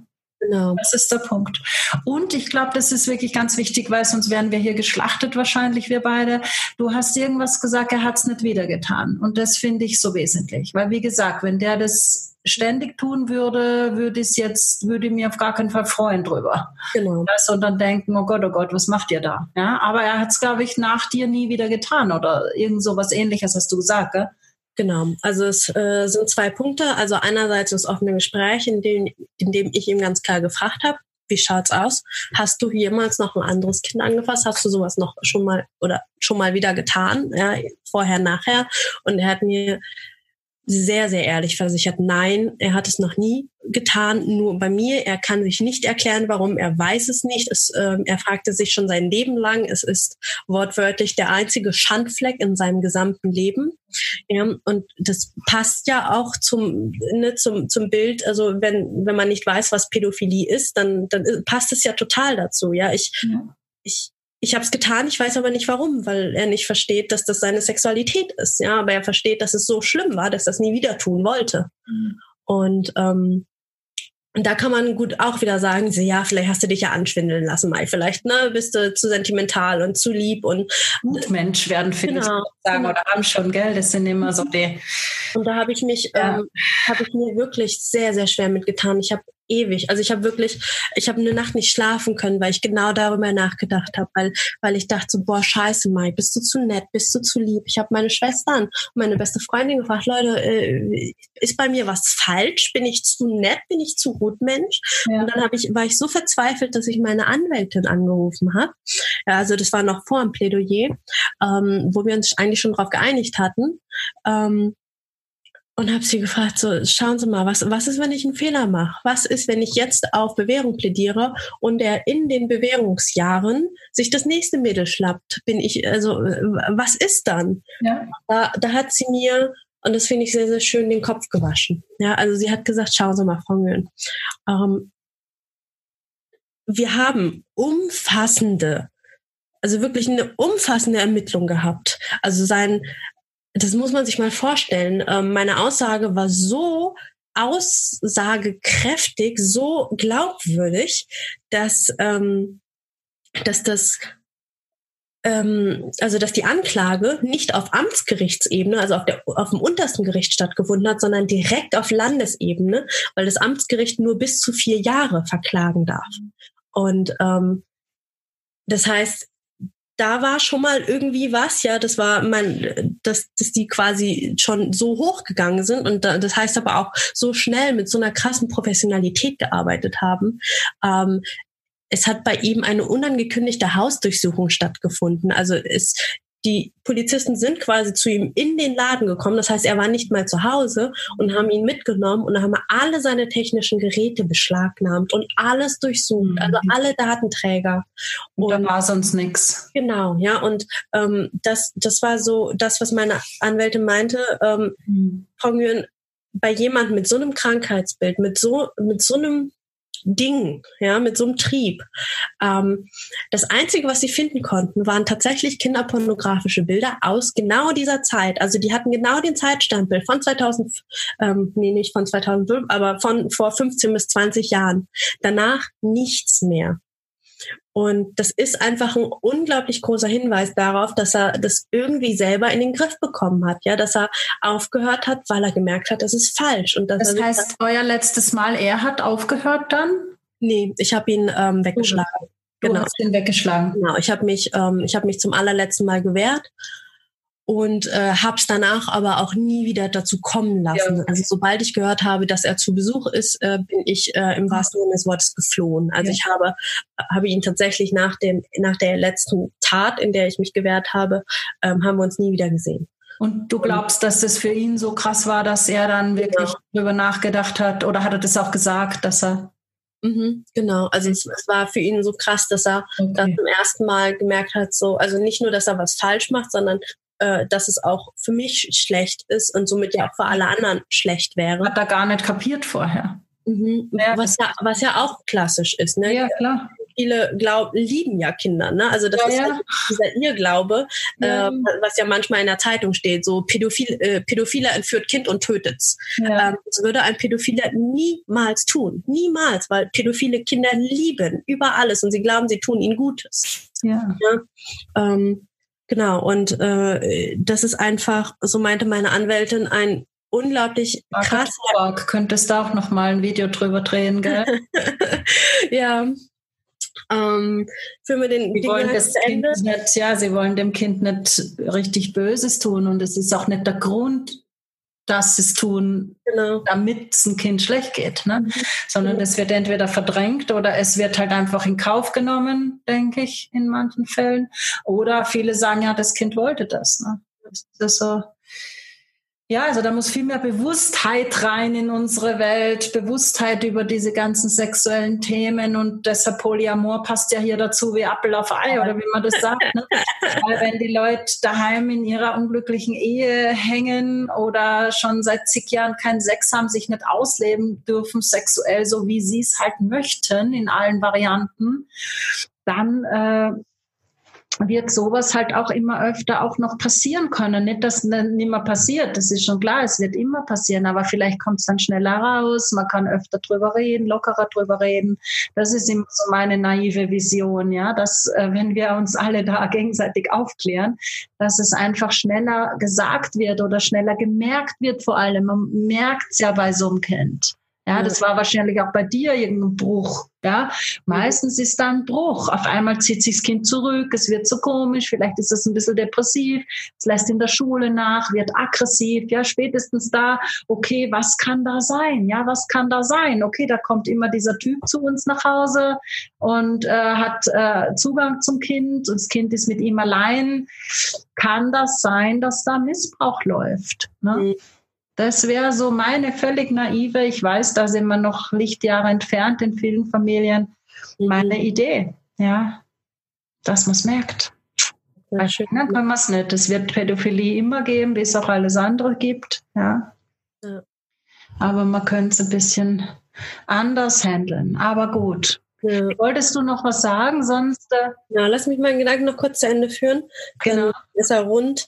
S1: Genau.
S3: Das ist der Punkt. Und ich glaube, das ist wirklich ganz wichtig, weil sonst wären wir hier geschlachtet wahrscheinlich, wir beide. Du hast irgendwas gesagt, er hat es nicht wieder getan. Und das finde ich so wesentlich. Weil wie gesagt, wenn der das ständig tun würde, würde ich mir auf gar keinen Fall freuen drüber.
S1: Genau.
S3: Sondern denken, oh Gott, was macht ihr da? Ja, aber er hat es, glaube ich, nach dir nie wieder getan oder irgend so was Ähnliches hast du gesagt, gell?
S1: Genau, also es sind 2 Punkte. Also einerseits das offene Gespräch, in dem ich ihm ganz klar gefragt habe, wie schaut's aus? Hast du jemals noch ein anderes Kind angefasst? Hast du sowas noch schon mal wieder getan? Ja, vorher, nachher. Und er hat mir sehr, sehr ehrlich versichert, nein, er hat es noch nie getan, nur bei mir. Er kann sich nicht erklären, warum, er weiß es nicht. Er fragte sich schon sein Leben lang. Es ist wortwörtlich der einzige Schandfleck in seinem gesamten Leben. Ja, und das passt ja auch zum Bild. Also wenn man nicht weiß, was Pädophilie ist, dann passt es ja total dazu. Ja, ich habe es getan, ich weiß aber nicht warum, weil er nicht versteht, dass das seine Sexualität ist. Ja, aber er versteht, dass es so schlimm war, dass er es nie wieder tun wollte. Und da kann man gut auch wieder sagen, so, ja, vielleicht hast du dich ja anschwindeln lassen, Mai. Vielleicht bist du zu sentimental und zu lieb und
S3: Gutmensch werden viele sagen oder haben schon, gell? Das sind immer so die.
S1: Und da habe ich mir wirklich sehr, sehr schwer mitgetan. Ich habe eine Nacht nicht schlafen können, weil ich genau darüber nachgedacht habe, weil ich dachte so, boah, scheiße, Mai, bist du zu nett, bist du zu lieb? Ich habe meine Schwestern und meine beste Freundin gefragt, Leute, ist bei mir was falsch? Bin ich zu nett? Bin ich zu gut, Mensch? Ja. Und dann war ich so verzweifelt, dass ich meine Anwältin angerufen habe. Ja, also das war noch vor dem Plädoyer, wo wir uns eigentlich schon drauf geeinigt hatten. Und habe sie gefragt, so, schauen Sie mal, was ist, wenn ich einen Fehler mache? Was ist, wenn ich jetzt auf Bewährung plädiere und er in den Bewährungsjahren sich das nächste Mädel schnappt? Was ist dann? Ja. Da hat sie mir, und das finde ich sehr, sehr schön, den Kopf gewaschen. Ja, also sie hat gesagt, schauen Sie mal, Frau Mühren, wir haben wirklich eine umfassende Ermittlung gehabt. Also das muss man sich mal vorstellen. Meine Aussage war so aussagekräftig, so glaubwürdig, dass die Anklage nicht auf Amtsgerichtsebene, also auf dem untersten Gericht stattgefunden hat, sondern direkt auf Landesebene, weil das Amtsgericht nur bis zu 4 Jahre verklagen darf. Und das heißt, da war schon mal irgendwie was, ja, das war dass die quasi schon so hochgegangen sind und das heißt aber auch so schnell mit so einer krassen Professionalität gearbeitet haben. Es hat bei ihm eine unangekündigte Hausdurchsuchung stattgefunden. Also die Polizisten sind quasi zu ihm in den Laden gekommen. Das heißt, er war nicht mal zu Hause und haben ihn mitgenommen und haben alle seine technischen Geräte beschlagnahmt und alles durchsucht, also alle Datenträger.
S3: Und da war sonst nichts.
S1: Genau, ja. Und das war so das, was meine Anwältin meinte. Frau Mühren, bei jemandem mit so einem Krankheitsbild, mit so einem Ding, ja, mit so einem Trieb. Das Einzige, was sie finden konnten, waren tatsächlich kinderpornografische Bilder aus genau dieser Zeit. Also die hatten genau den Zeitstempel von 2005, aber von vor 15 bis 20 Jahren. Danach nichts mehr. Und das ist einfach ein unglaublich großer Hinweis darauf, dass er das irgendwie selber in den Griff bekommen hat, ja, dass er aufgehört hat, weil er gemerkt hat, das ist falsch. Und
S3: das heißt, euer letztes Mal, er hat aufgehört dann?
S1: Nee, ich habe ihn weggeschlagen.
S3: Du hast ihn weggeschlagen.
S1: Genau, ich habe mich zum allerletzten Mal gewehrt und habe es danach aber auch nie wieder dazu kommen lassen. Ja. Also sobald ich gehört habe, dass er zu Besuch ist, bin ich im wahrsten Sinne des Wortes geflohen. Also ich habe ihn tatsächlich nach der letzten Tat, in der ich mich gewehrt habe, haben wir uns nie wieder gesehen.
S3: Und du glaubst, dass das für ihn so krass war, dass er dann wirklich darüber nachgedacht hat, oder hat er das auch gesagt, dass er...
S1: Genau, also es war für ihn so krass, dass er das zum ersten Mal gemerkt hat, so, also nicht nur, dass er was falsch macht, sondern dass es auch für mich schlecht ist und somit ja auch für alle anderen schlecht wäre.
S3: Hat er gar nicht kapiert vorher.
S1: Was ja auch klassisch ist, ne?
S3: Ja, klar.
S1: viele lieben ja Kinder, ne? Also das ist halt dieser Irrglaube, was ja manchmal in der Zeitung steht, so Pädophiler entführt Kind und tötet's. Ja. Das würde ein Pädophiler niemals tun. Niemals, weil pädophile Kinder lieben über alles und sie glauben, sie tun ihnen Gutes. Ja. Genau, und das ist einfach, so meinte meine Anwältin, ein unglaublich krasser...
S3: Könntest du auch noch mal ein Video drüber drehen, gell?
S1: Ja. Führen wir den
S3: das Kind nicht, sie wollen dem Kind nicht richtig Böses tun und es ist auch nicht der Grund, dass sie es tun, damit es dem Kind schlecht geht, ne? Sondern es wird entweder verdrängt oder es wird halt einfach in Kauf genommen, denke ich, in manchen Fällen. Oder viele sagen, ja, das Kind wollte das, ne? Das ist so. Ja, also da muss viel mehr Bewusstheit rein in unsere Welt, Bewusstheit über diese ganzen sexuellen Themen und deshalb Polyamor passt ja hier dazu wie Apfel auf Ei oder wie man das sagt. Ne? Weil wenn die Leute daheim in ihrer unglücklichen Ehe hängen oder schon seit zig Jahren keinen Sex haben, sich nicht ausleben dürfen sexuell, so wie sie es halt möchten in allen Varianten, dann wird sowas halt auch immer öfter auch noch passieren können. Nicht, dass nicht mehr passiert, das ist schon klar, es wird immer passieren, aber vielleicht kommt es dann schneller raus, man kann öfter drüber reden, lockerer drüber reden. Das ist immer so meine naive Vision, ja, dass wenn wir uns alle da gegenseitig aufklären, dass es einfach schneller gesagt wird oder schneller gemerkt wird vor allem. Man merkt es ja bei so einem Kind. Ja, das war wahrscheinlich auch bei dir irgendein Bruch. Ja, meistens ist da ein Bruch. Auf einmal zieht sich das Kind zurück, es wird so komisch, vielleicht ist es ein bisschen depressiv, es lässt in der Schule nach, wird aggressiv. Ja, spätestens da, okay, was kann da sein? Ja, was kann da sein? Okay, da kommt immer dieser Typ zu uns nach Hause und hat Zugang zum Kind und das Kind ist mit ihm allein. Kann das sein, dass da Missbrauch läuft? Ne? Das wäre so meine völlig naive, ich weiß, da sind wir noch Lichtjahre entfernt in vielen Familien, meine Idee, ja, dass man es merkt. Bei Kindern können wir es nicht. Es wird Pädophilie immer geben, wie es auch alles andere gibt, ja. Aber man könnte es ein bisschen anders handeln, aber gut. Ja. Wolltest du noch was sagen, sonst?
S1: Ja, lass mich meinen Gedanken noch kurz zu Ende führen. Genau. Dann ist er rund.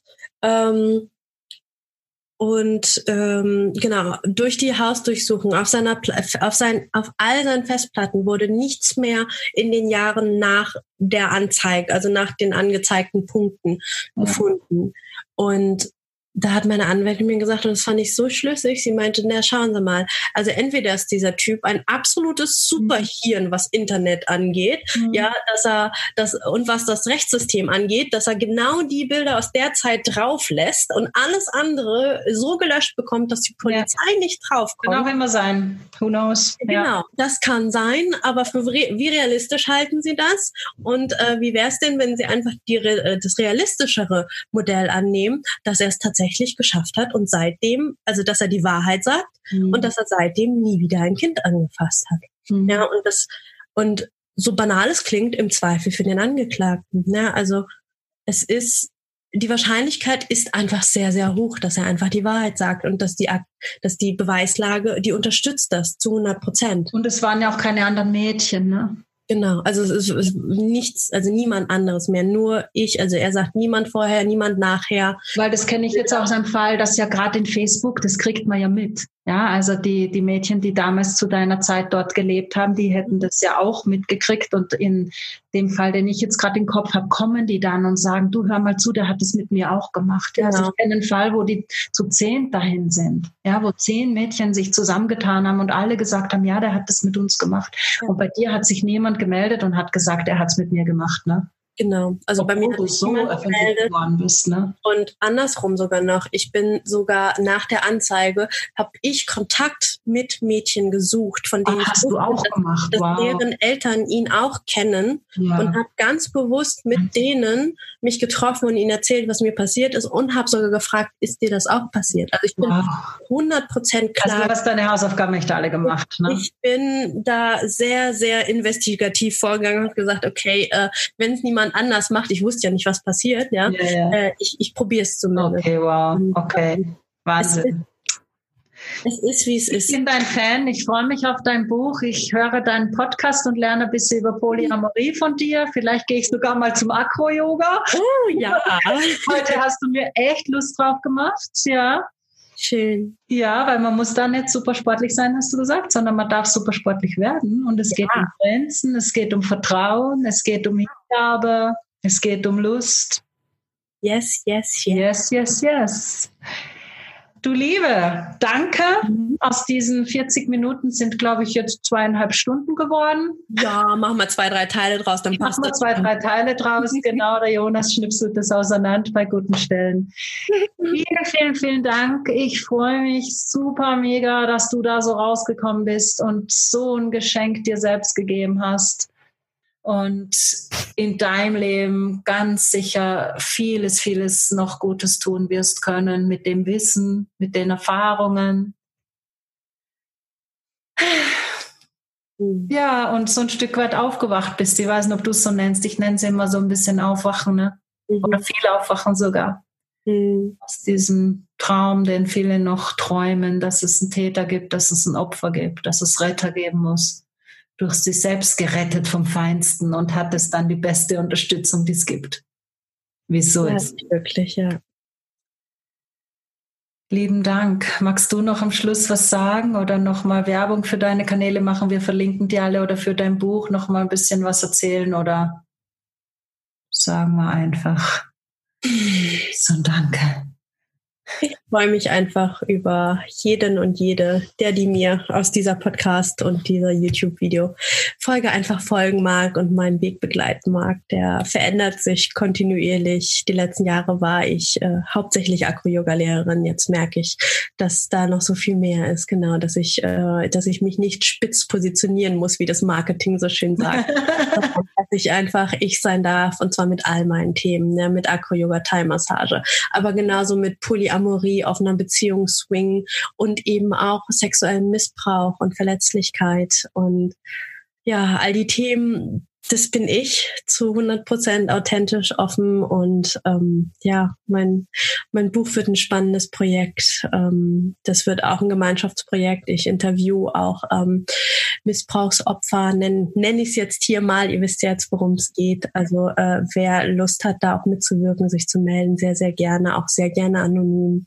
S1: Genau, durch die Hausdurchsuchung auf all seinen Festplatten wurde nichts mehr in den Jahren nach der Anzeige, also nach den angezeigten Punkten gefunden. Und da hat meine Anwältin mir gesagt, und das fand ich so schlüssig, sie meinte, na, schauen Sie mal, also entweder ist dieser Typ ein absolutes Superhirn, was Internet angeht, ja, und was das Rechtssystem angeht, dass er genau die Bilder aus der Zeit drauf lässt und alles andere so gelöscht bekommt, dass die Polizei nicht draufkommt.
S3: Kann auch immer sein. Who knows?
S1: Genau, das kann sein, aber wie realistisch halten Sie das? Und wie wäre es denn, wenn Sie einfach das realistischere Modell annehmen, dass er es tatsächlich geschafft hat und seitdem, also dass er die Wahrheit sagt und dass er seitdem nie wieder ein Kind angefasst hat. Ja, und so banal es klingt, im Zweifel für den Angeklagten. Ja, also die Wahrscheinlichkeit ist einfach sehr, sehr hoch, dass er einfach die Wahrheit sagt und dass die Beweislage, die unterstützt das zu 100%.
S3: Und es waren ja auch keine anderen Mädchen, ne?
S1: Genau, also es ist nichts, also niemand anderes mehr, nur ich, also er sagt niemand vorher, niemand nachher.
S3: Weil das kenne ich jetzt auch aus einem Fall, dass ja gerade in Facebook, das kriegt man ja mit. Ja, also die Mädchen, die damals zu deiner Zeit dort gelebt haben, die hätten das ja auch mitgekriegt und in dem Fall, den ich jetzt gerade im Kopf habe, kommen die dann und sagen, du hör mal zu, der hat das mit mir auch gemacht. Genau. Also ich kenne einen Fall, wo die zu 10 dahin sind, ja, wo 10 Mädchen sich zusammengetan haben und alle gesagt haben, ja, der hat das mit uns gemacht. Ja. Und bei dir hat sich niemand gemeldet und hat gesagt, er hat es mit mir gemacht, ne?
S1: Genau, also
S3: obwohl
S1: bei mir
S3: du so öffentlich geworden bist, ne?
S1: Und andersrum sogar noch. Ich bin sogar nach der Anzeige, habe ich Kontakt mit Mädchen gesucht, von denen
S3: hast du auch gemacht,
S1: dass deren Eltern ihn auch kennen und habe ganz bewusst mit denen mich getroffen und ihnen erzählt, was mir passiert ist und habe sogar gefragt, ist dir das auch passiert? Also ich bin 100% klar.
S3: Also du hast deine Hausaufgaben nicht alle gemacht, ne?
S1: Ich bin da sehr, sehr investigativ vorgegangen und gesagt, okay, wenn es niemand anders macht, ich wusste ja nicht, was passiert, ich probiere es zumindest.
S3: Okay, wow, okay, Wahnsinn.
S1: Es ist, wie es ist.
S3: Ich bin dein Fan. Ich freue mich auf dein Buch. Ich höre deinen Podcast und lerne ein bisschen über Polyamorie von dir. Vielleicht gehe ich sogar mal zum Acro-Yoga.
S1: Oh ja.
S3: Heute hast du mir echt Lust drauf gemacht. Ja.
S1: Schön.
S3: Ja, weil man muss da nicht super sportlich sein, hast du gesagt, sondern man darf super sportlich werden. Und es geht um Grenzen, es geht um Vertrauen, es geht um Hingabe, es geht um Lust.
S1: Yes, yes,
S3: yes. Yes, yes, yes. Du Liebe, danke. Aus diesen 40 Minuten sind, glaube ich, jetzt 2,5 Stunden geworden.
S1: Ja, machen wir 2, 3 Teile draus, dann passt das.
S3: Machen wir 2, 3 Teile draus. Genau, der Jonas schnipselt das auseinander bei guten Stellen. Vielen, vielen, vielen Dank. Ich freue mich super mega, dass du da so rausgekommen bist und so ein Geschenk dir selbst gegeben hast. Und in deinem Leben ganz sicher vieles, vieles noch Gutes tun wirst können mit dem Wissen, mit den Erfahrungen. Ja, und so ein Stück weit aufgewacht bist. Ich weiß nicht, ob du es so nennst. Ich nenne es immer so ein bisschen Aufwachen, ne? Oder viel Aufwachen sogar. Aus diesem Traum, den viele noch träumen, dass es einen Täter gibt, dass es ein Opfer gibt, dass es Retter geben muss. Du hast dich selbst gerettet vom Feinsten und hattest dann die beste Unterstützung, die es gibt. Wie es so ist.
S1: Wirklich, ja.
S3: Lieben Dank. Magst du noch am Schluss was sagen oder nochmal Werbung für deine Kanäle machen? Wir verlinken die alle oder für dein Buch nochmal ein bisschen was erzählen oder sagen wir einfach so ein Danke.
S1: Ich freue mich einfach über jeden und jede, die mir aus dieser Podcast und dieser YouTube-Video-Folge einfach folgen mag und meinen Weg begleiten mag. Der verändert sich kontinuierlich. Die letzten Jahre war ich hauptsächlich Acro-Yoga-Lehrerin. Jetzt merke ich, dass da noch so viel mehr ist. Genau, dass ich mich nicht spitz positionieren muss, wie das Marketing so schön sagt. Dass ich einfach ich sein darf und zwar mit all meinen Themen, ne, mit Acro-Yoga, Thai-Massage, aber genauso mit Polyamorie, offener Beziehung, Swing und eben auch sexuellen Missbrauch und Verletzlichkeit und ja, all die Themen, das bin ich zu 100% authentisch, offen und mein Buch wird ein spannendes Projekt. Das wird auch ein Gemeinschaftsprojekt. Ich interview auch Missbrauchsopfer, nenn ich es jetzt hier mal. Ihr wisst ja jetzt, worum es geht. Also wer Lust hat, da auch mitzuwirken, sich zu melden, sehr, sehr gerne, auch sehr gerne anonym.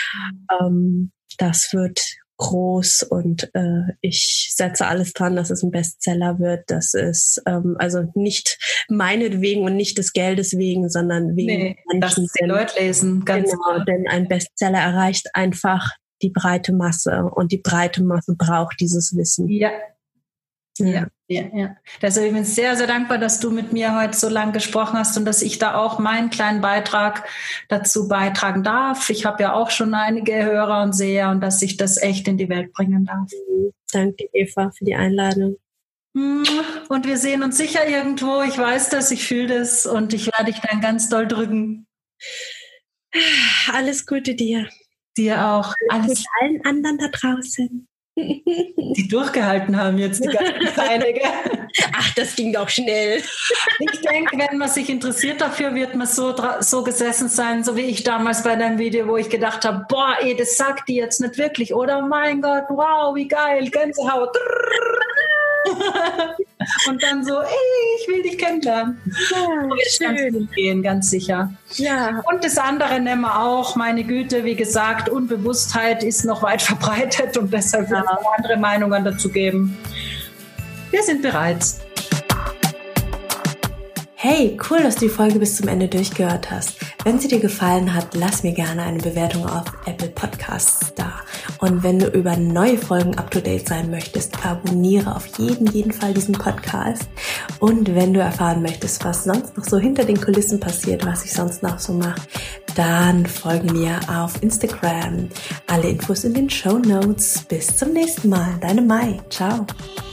S1: Das wird groß und ich setze alles dran, dass es ein Bestseller wird. Das ist also nicht meinetwegen und nicht des Geldes wegen, sondern wegen
S3: Menschen, dass die Leute lesen. Ganz
S1: genau, denn ein Bestseller erreicht einfach die breite Masse und die breite Masse braucht dieses Wissen.
S3: Ja. Deshalb bin ich sehr, sehr dankbar, dass du mit mir heute so lange gesprochen hast und dass ich da auch meinen kleinen Beitrag dazu beitragen darf. Ich habe ja auch schon einige Hörer und Seher und dass ich das echt in die Welt bringen darf.
S1: Danke, Eva, für die Einladung.
S3: Und wir sehen uns sicher irgendwo. Ich weiß das, ich fühle das und ich werde dich dann ganz doll drücken.
S1: Alles Gute dir.
S3: Dir auch.
S1: Alles Gute allen anderen da draußen.
S3: Die durchgehalten haben jetzt die ganze Zeit.
S1: Ach, das ging doch schnell.
S3: Ich denke, wenn man sich interessiert dafür, wird man so gesessen sein, so wie ich damals bei deinem Video, wo ich gedacht habe, boah, das sagt die jetzt nicht wirklich, oder? Mein Gott, wow, wie geil, Gänsehaut. Und dann so, ich will dich kennenlernen.
S1: Ja,
S3: schön. Gehen, ganz sicher.
S1: Ja.
S3: Und das andere nehmen wir auch, meine Güte, wie gesagt, Unbewusstheit ist noch weit verbreitet und deshalb wird es auch andere Meinungen dazu geben. Wir sind bereit.
S2: Hey, cool, dass du die Folge bis zum Ende durchgehört hast. Wenn sie dir gefallen hat, lass mir gerne eine Bewertung auf Apple Podcasts da. Und wenn du über neue Folgen up-to-date sein möchtest, abonniere auf jeden Fall diesen Podcast. Und wenn du erfahren möchtest, was sonst noch so hinter den Kulissen passiert, was ich sonst noch so mache, dann folge mir auf Instagram. Alle Infos in den Shownotes. Bis zum nächsten Mal. Deine Mai. Ciao.